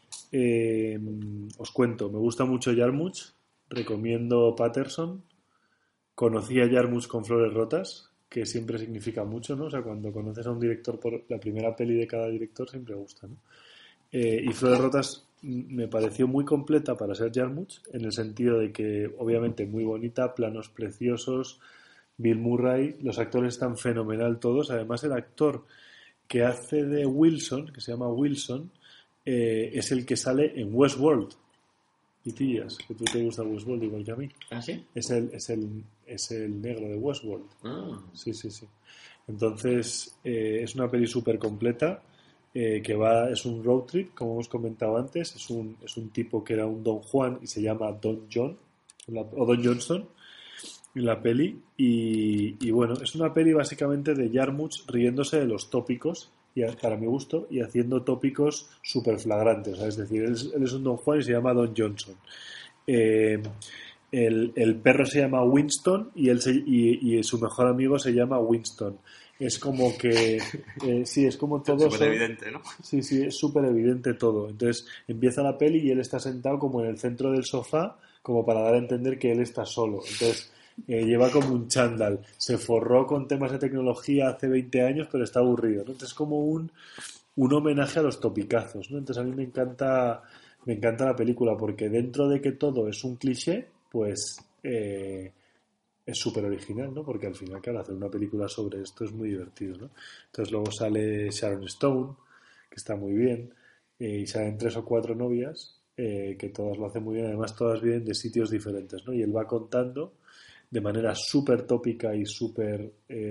Os cuento, me gusta mucho Jarmusch, recomiendo Patterson. Conocí a Jarmusch con Flores Rotas, que siempre significa mucho, ¿no? O sea, cuando conoces a un director por la primera peli de cada director siempre gusta, ¿no? Y Flores Rotas me pareció muy completa para ser Jarmusch, en el sentido de que obviamente muy bonita, planos preciosos, Bill Murray, los actores están fenomenal todos. Además, el actor que hace de Wilson, que se llama Wilson, es el que sale en Westworld. Pitillas, que tú te gusta Westworld igual que a mí. ¿Ah, sí? Es el negro de Westworld. Ah. Sí. Entonces, es una peli súper completa, es un road trip, como hemos comentado antes. Es un tipo que era un Don Juan y se llama Don John, o Don Johnson, en la peli. Y bueno, es una peli básicamente de Jarmusch riéndose de los tópicos, y para mi gusto, y haciendo tópicos súper flagrantes. O sea, es decir, él es un Don Juan y se llama Don Johnson. El perro se llama Winston y su mejor amigo se llama Winston. Es como que sí, es como todo súper evidente, ¿no? Sí, es súper evidente todo. Entonces empieza la peli y él está sentado como en el centro del sofá, como para dar a entender que él está solo. Entonces lleva como un chándal, se forró con temas de tecnología hace 20 años, pero está aburrido, ¿no? Entonces como un homenaje a los topicazos, ¿no? Entonces a mí me encanta la película, porque dentro de que todo es un cliché, pues es súper original, ¿no? Porque al final, claro, hacer una película sobre esto es muy divertido, ¿no? Entonces luego sale Sharon Stone, que está muy bien, y salen 3 o 4 novias, que todas lo hacen muy bien, además todas vienen de sitios diferentes, ¿no? Y él va contando de manera súper tópica y súper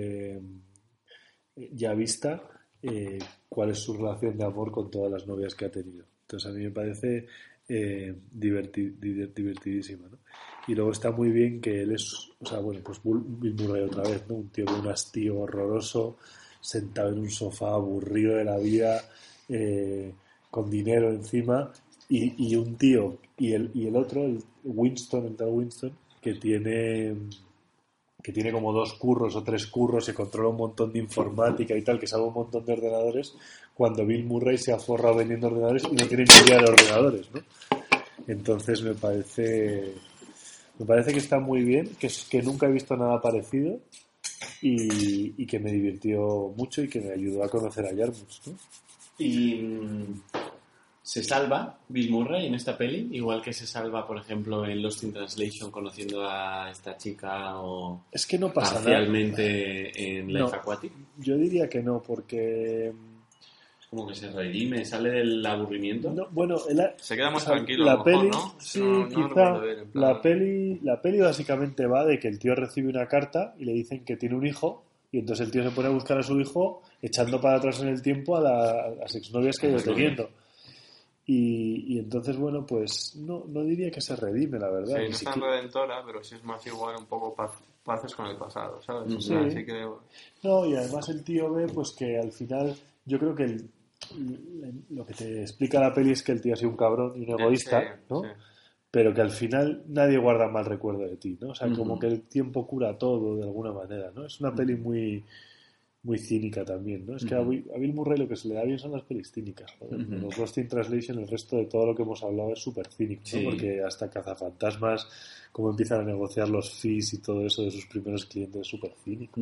ya vista cuál es su relación de amor con todas las novias que ha tenido. Entonces a mí me parece divertidísima, ¿no? Y luego está muy bien que él es, o sea, bueno, pues Bill Murray otra vez, ¿no? Un tío con un hastío horroroso, sentado en un sofá aburrido de la vida, con dinero encima, y un tío, y el otro, el tal Winston, que tiene como 2 curros o 3 curros, se controla un montón de informática y tal, que sabe un montón de ordenadores, cuando Bill Murray se ha forrado vendiendo ordenadores y no tiene ni idea de ordenadores, ¿no? Entonces me parece que está muy bien, que nunca he visto nada parecido y que me divirtió mucho y que me ayudó a conocer a Jarmusch, ¿no? Y se salva Bill Murray en esta peli, igual que se salva, por ejemplo, en Lost in Translation conociendo a esta chica, o es que no pasa parcialmente nada. En Life Aquatic. Yo diría que no, porque como que se redime, sale del aburrimiento. No, bueno, se queda más tranquilo. La a lo mejor, peli, ¿no? sí, no quizá. Ver, la peli básicamente va de que el tío recibe una carta y le dicen que tiene un hijo, y entonces el tío se pone a buscar a su hijo echando para atrás en el tiempo a las exnovias que ha ido teniendo. Y entonces, bueno, pues no diría que se redime, la verdad. Sí, no es tan redentora, pero sí es más igual un poco paces con el pasado, ¿sabes? Sí. Así que... No, y además el tío ve pues que al final, yo creo que lo que te explica la peli es que el tío ha sido un cabrón y un egoísta, sí, ¿no? Sí. Pero que al final nadie guarda mal recuerdo de ti, ¿no? O sea, como que el tiempo cura todo de alguna manera, ¿no? Es una peli muy cínica también, ¿no? Es que a Bill Murray lo que se le da bien son las pelis cínicas, joder. Los Lost in Translation, el resto de todo lo que hemos hablado es súper cínico, ¿no? Sí. Porque hasta Cazafantasmas, cómo empiezan a negociar los fees y todo eso de sus primeros clientes, es súper cínico.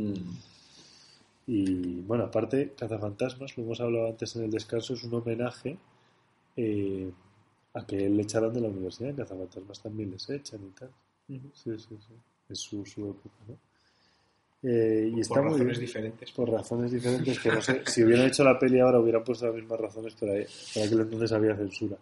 Y bueno, aparte, Cazafantasmas, lo hemos hablado antes en el descanso, es un homenaje a que él le echaron de la universidad. En Cazafantasmas también les echan y tal. Sí. Es su época, ¿no? Y está por muy razones bien. diferentes. Por razones diferentes, que no sé, si hubieran hecho la peli ahora hubieran puesto las mismas razones, pero para aquel entonces había censura.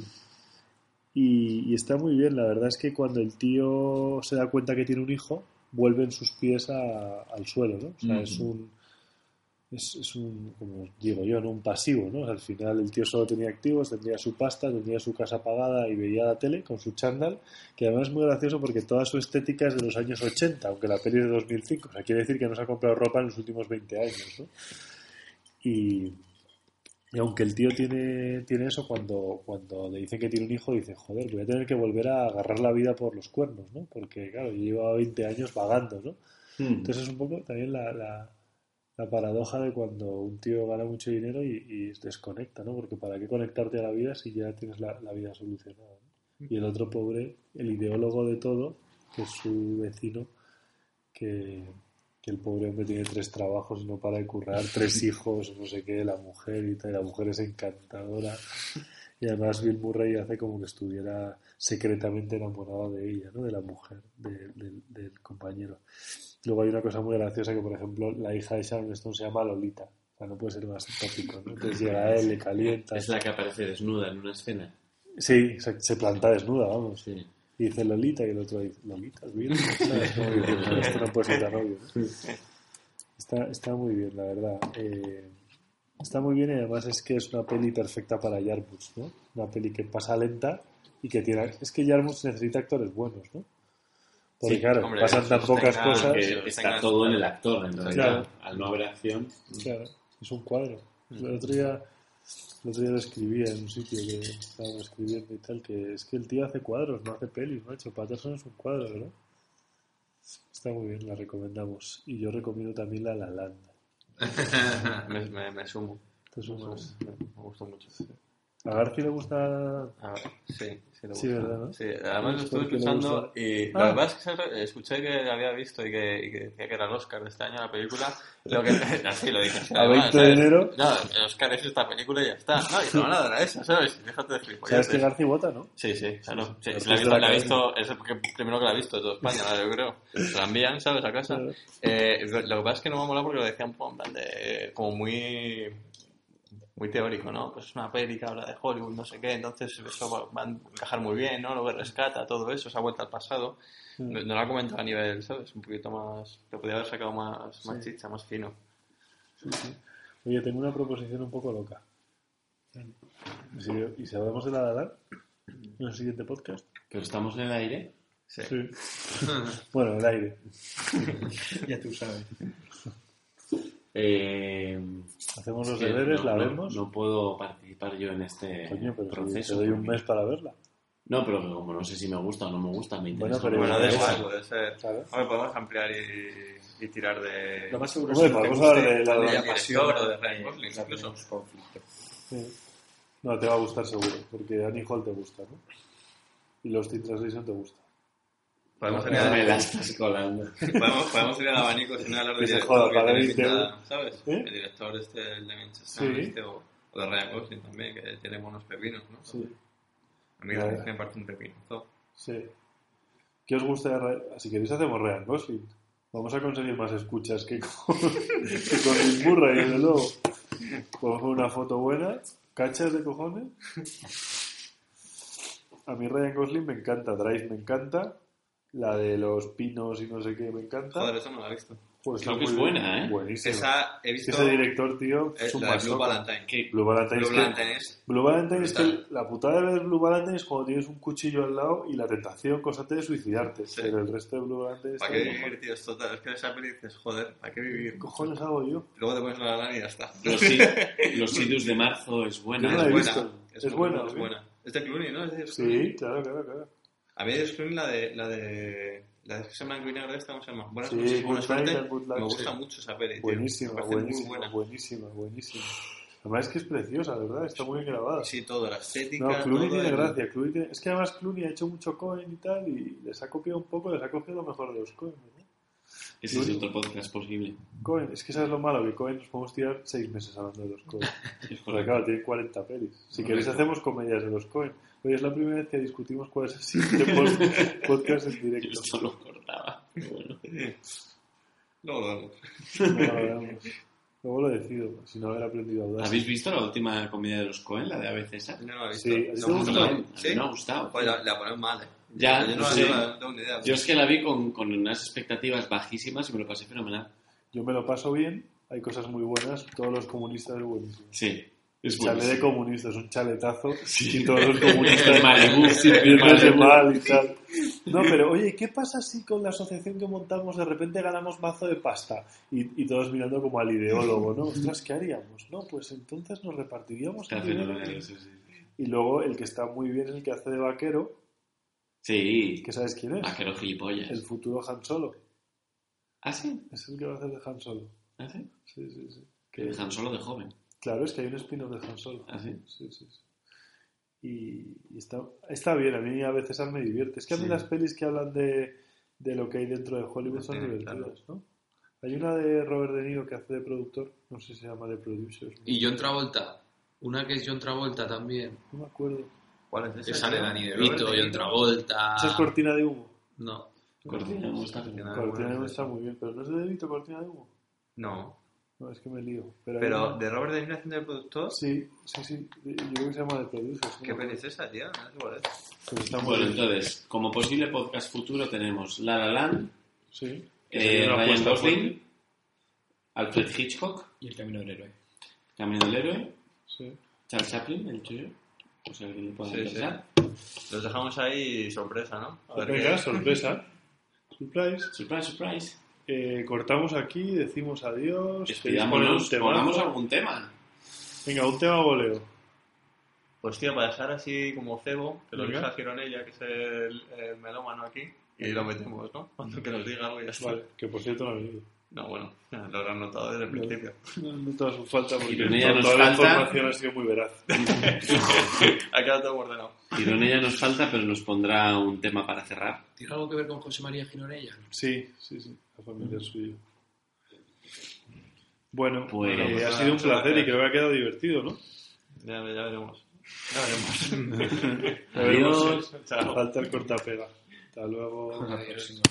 Y está muy bien, la verdad es que cuando el tío se da cuenta que tiene un hijo, vuelven sus pies al suelo, ¿no? O sea, es un, como digo yo, ¿no? Un pasivo, ¿no? O sea, al final el tío solo tenía activos, tendría su pasta, tendría su casa pagada y veía la tele con su chándal, que además es muy gracioso porque toda su estética es de los años 80, aunque la peli es de 2005. O sea, quiere decir que no se ha comprado ropa en los últimos 20 años, ¿no? Y aunque el tío tiene eso, cuando le dicen que tiene un hijo, dice, joder, voy a tener que volver a agarrar la vida por los cuernos, ¿no? Porque, claro, yo llevaba 20 años vagando, ¿no? Entonces es un poco también la paradoja de cuando un tío gana mucho dinero y desconecta, ¿no? Porque ¿para qué conectarte a la vida si ya tienes la vida solucionada, ¿no? Y el otro pobre, el ideólogo de todo, que es su vecino, que el pobre hombre tiene 3 trabajos y no para de currar, 3 hijos, no sé qué, la mujer y tal, y la mujer es encantadora. Y además Bill Murray hace como que estuviera secretamente enamorado de ella, ¿no? De la mujer, del compañero. Luego hay una cosa muy graciosa que, por ejemplo, la hija de Sharon Stone se llama Lolita. O sea, no puede ser más tópico, ¿no? Entonces llega él, le calienta. Es la que aparece desnuda en una escena. Sí, se planta desnuda, vamos. Sí. Y dice Lolita y el otro dice, Lolita, ¿bien? ¿Sabes? Como diciendo, esto no puede ser tan obvio, ¿no? Está muy bien, la verdad. Está muy bien y además es que es una peli perfecta para Jarmusch, ¿no? Una peli que pasa lenta y que tiene... Es que Jarmusch necesita actores buenos, ¿no? Porque Sí, claro, hombre, pasan tan pocas sostenga, cosas... Que está todo en el actor, en realidad. Claro. Al no haber acción. Claro, es un cuadro. El otro día lo escribía en un sitio que estábamos escribiendo y tal, que es que el tío hace cuadros, no hace pelis, macho. Patterson es un cuadro, ¿verdad? Está muy bien, la recomendamos. Y yo recomiendo también La La Land. Me sumo. ¿Te sumas? Me gustó mucho. ¿A Garci le gusta? A ver, sí, le gusta. Sí, ¿verdad, no? Sí, además lo estuve ¿Por qué le escuchando gusta? y lo que pasa es que escuché que había visto y que decía que era el Oscar de este año la película. Lo que así lo dije. A 20 de enero. No, el Oscar es esta película y ya está. No, y te van a dar a esa, ¿sabes? Déjate de flipar. ¿Sabes que Garci vota, no? Sí, claro. Sí, Los la de la he visto, es el primero que la ha visto de toda España, yo creo. Se la envían, ¿sabes? A casa. Claro. Lo que pasa es que no me mola porque lo decían en plan de, como muy teórico, ¿no? Pues es una peli que habla de Hollywood, no sé qué, entonces eso va a encajar muy bien, ¿no? Lo que rescata, todo eso, esa vuelta al pasado. No lo ha comentado a nivel, ¿sabes? Un poquito más... Lo podría haber sacado más chicha, más fino. Sí. Oye, tengo una proposición un poco loca. ¿Y si hablamos de La La Land en el siguiente podcast? Pero estamos en el aire. Sí. Bueno, el aire. Ya tú sabes. Hacemos los que deberes, la vemos. No puedo participar yo en este Coño, pero si proceso. te doy un porque- mes para verla. No, pero como no sé si me gusta o no me gusta, me interesa. Bueno, pero Bueno, da Eso. igual, puede ser. Claro. Hombre, podemos ampliar y tirar de... Lo más seguro Hombre, es que no te podemos hablar guste de La La la Land. pasión Director o de Ryan Gosling, ya incluso. tenemos conflicto. Sí. No, te va a gustar seguro, porque Annie Hall te gusta, ¿no? Y los Teen Translation te gusta. Podemos Me tener... la estás colando. Podemos ir al abanico sin hablar Que de se director, joda, que pagar tiene 20 pinta, euros. ¿sabes? ¿Eh? El director el de Manchester, Sí. o de Ryan Gosling también, que tiene buenos pepinos, ¿no? Sí. A mí Ya. me parece un pepinazo. Sí. ¿Qué os gusta de Ryan? Si queréis hacemos Ryan Gosling. Vamos a conseguir más escuchas que con Bill Murray, desde luego. Pongo una foto buena, cachas de cojones. A mí Ryan Gosling me encanta, Drive me encanta, la de los pinos y no sé qué me encanta. Joder, eso no lo he visto. Pues Creo está que es muy buena, bien. ¿eh? Buenísima. Esa he Es visto... que ese director, tío, es un la de Blue masoca. Valentine. Blue Valentine, Blue es que- Valentine es... Blue Valentine es que brutal. la putada de ver Blue Valentine es cuando tienes un cuchillo al lado y la tentación constante de suicidarte. Sí. Pero el resto de Blue Valentine está ¿Para qué de vivir, cojones. tío? Es total. Es que de esa peli dices, joder, ¿para qué vivir? ¿Qué cojones hago yo? Luego te pones la lana y ya está. Los Idus de marzo es buena. Yo no la he Es visto. buena. Es buena, Es ¿sí? buena. Es de Clooney, ¿no? Es de George Clooney. Sí, claro. A mí de George Clooney la de que se llama blanco y negro esta, ¿cómo se llama? Buena Sí, noches, buena Good Night suerte. and Good Luck, Me gusta sí. mucho esa peli, tío. Buenísima, Me parece muy buena. buenísima. Además es que es preciosa, ¿verdad? Está muy bien grabada. Sí, todo, la estética, No, Clooney todo tiene el- gracia. Es que además Clooney ha hecho mucho Cohen y tal y les ha copiado un poco, les ha cogido lo mejor de los Cohen, ¿no? Ese es otro podcast posible. Cohen, es que sabes lo malo, que Cohen nos podemos tirar 6 meses hablando de los Cohen. Porque claro, tiene 40 pelis. Si queréis hacemos comedias de los Cohen. Hoy es la primera vez que discutimos cuál es el siguiente podcast en Yo directo. esto lo cortaba. Pero bueno. Luego lo vemos. Luego lo decido, sin haber aprendido a hablar. ¿Habéis visto la última comedia de los Coen, la de Ave César? No lo he visto. Sí, ¿a ti No te me gustó? gusta. A mí ¿Sí? me ha gustado. Pues la ponen mal, Ya, Yo no no sé. tengo ni idea. Yo es que la vi con unas expectativas bajísimas y me lo pasé fenomenal. Yo me lo paso bien, hay cosas muy buenas, todos los comunistas es buenísimo. Sí. Es Chale buenísimo. de comunista, es un chaletazo y todos los comunistas En Malibú. sintiéndose mal y tal. No, pero oye, ¿qué pasa si con la asociación que montamos de repente ganamos mazo de pasta? Y todos mirando como al ideólogo, ¿no? Ostras, ¿qué haríamos? No, pues entonces nos repartiríamos el dinero. Y luego el que está muy bien es el que hace de vaquero, Sí. que ¿sabes quién es? Vaquero gilipollas. El futuro Han Solo. ¿Ah, sí? Es el que va a hacer de Han Solo. ¿Ah, sí? Sí, sí, sí. Que Han Solo de joven. Claro, es que hay un spin-off de Han Solo. ¿Ah, sí? Sí, sí, sí. Y está bien, a mí a veces me divierte. Es que a mí Sí. las pelis que hablan de lo que hay dentro de Hollywood son Sí, divertidas, ¿no? Hay una de Robert De Niro que hace de productor, no sé si se llama The Producers. ¿no? Y John Travolta. Una que es John Travolta también. No me acuerdo. ¿Cuál es Que esa? sale tío? Danny Robert DeVito, De John Niro. Travolta. Esa es Cortina de Humo. No. Cortina de Humo está bien. Cortina de Humo está muy bien, pero no es de DeVito Cortina de Humo. No. No, es que me lío. Pero, hay Pero una- de Robert De Niro haciendo el productor, Sí. Yo creo que se llama The Producers. ¿qué peli es esa, tío? No sé cuál es. Pues está muy Bueno, bien. entonces, como posible podcast futuro tenemos La La Land, Sí. Sería una Ryan apuesta Gosling, fuerte. Alfred Hitchcock, Y el camino del héroe. Camino del Héroe, Sí. Charles Chaplin, el tuyo, o sea, que le pueda Sí, sí. interesar. Los dejamos ahí sorpresa, ¿no? A ver Venga, qué- sorpresa. Surprise. Surprise, surprise. Cortamos aquí, decimos adiós. ¿Queréis poner Despidámonos, un temazo? pongamos algún tema. Venga, un tema voleo. Pues tío, para dejar así como cebo, que lo Venga. elija Gironella, que es el melómano aquí, y lo metemos, ¿no? Cuando que nos diga algo y ya está. Vale, que por cierto no ha venido. No, bueno, ya lo habrán notado desde el principio. No toda su falta porque Ironía nos toda la falta. información ha sido muy veraz. Ha quedado todo ordenado. Ironía nos falta, pero nos pondrá un tema para cerrar. ¿Tiene algo que ver con José María Gironella? Sí, la familia es suya. Bueno, Pues, ha sido un placer y creo que ha quedado divertido, ¿no? Ya veremos. Ya veremos. Adiós. Chao. Falta el cortapega. Hasta luego. Adiós.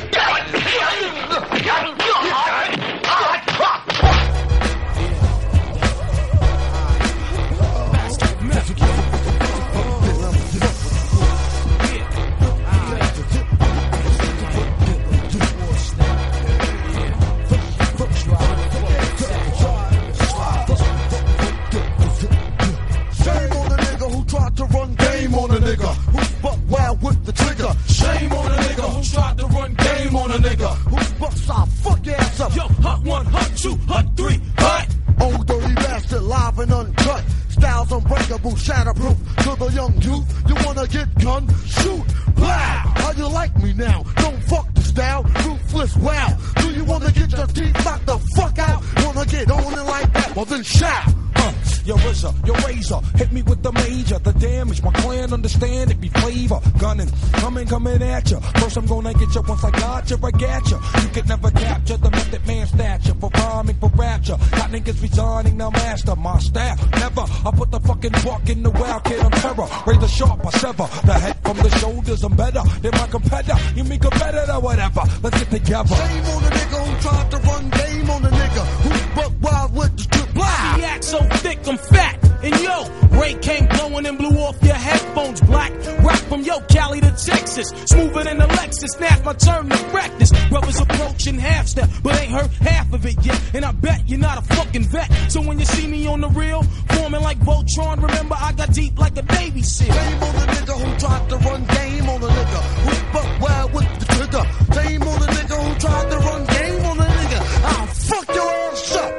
Shame on a nigga who tried to run game on a nigga who's buck wild with the trigger. Shame on a nigga who tried to run game on a nigga who's buck side fuck your ass up. Yo, hot one, hot two, hot three, hot. Old dirty bastard, live and uncut. Styles unbreakable, shatterproof. To the young youth, you wanna get gun? Shoot, blah. How you like me now? Don't fuck the style, ruthless, wow. Do you wanna get your teeth knocked the fuck out? Wanna get on it like that? Well then shout. Your RZA, your razor, hit me with the major. The damage, my clan understand it be flavor. Gunning, coming at ya. First I'm gonna get ya once I got ya, I got ya. You can never capture the method man stature. For rhyming, for rapture. Got niggas resigning, now master my staff. Never, I put the fucking buck in the wild kid on terror. Razor sharp, I sever. The head from the shoulders, I'm better than my competitor. You mean competitor, whatever. Let's get together. Shame on the nigga who tried to run game on the nigga who buck wild with the strip. Blah! The act so thick, I'm fat. And yo, Ray came blowing and blew off your headphones black. Rock from yo, Cali to Texas. Smoother than a Lexus. Now's my turn to practice. Brothers approaching half step, but ain't heard half of it yet. And I bet you're not a fucking vet. So when you see me on the reel, forming like Voltron, remember I got deep like a Navy SEAL. Shame on the nigga who tried to run game on the nigga who buck wild with the trigger. Shame on the nigga who tried to run game on the nigga. I'll fuck your ass up.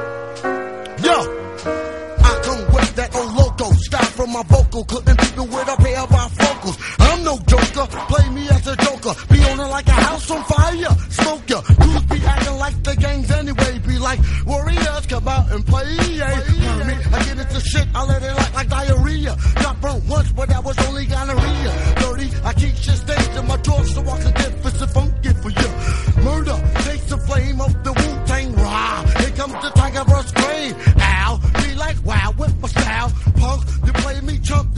Yo. I come with that old loco style from my vocal. Couldn't people with a pair of bifocals. I'm no joker, play me as a joker. Be on it like a house on fire, smoke ya. Dudes be acting like the gangs anyway. Be like warriors, come out and play. Me, I get into shit, I let it like diarrhea. Got burnt once, but that was only gonorrhea. Dirty, I keep shit stains in my drawers so I can get fist and funky for you. Murder, takes the flame of the Wu-Tang Rah. Here comes the Tiger Brush Grave. Ow, be like wow with my style. Punk, you play me chump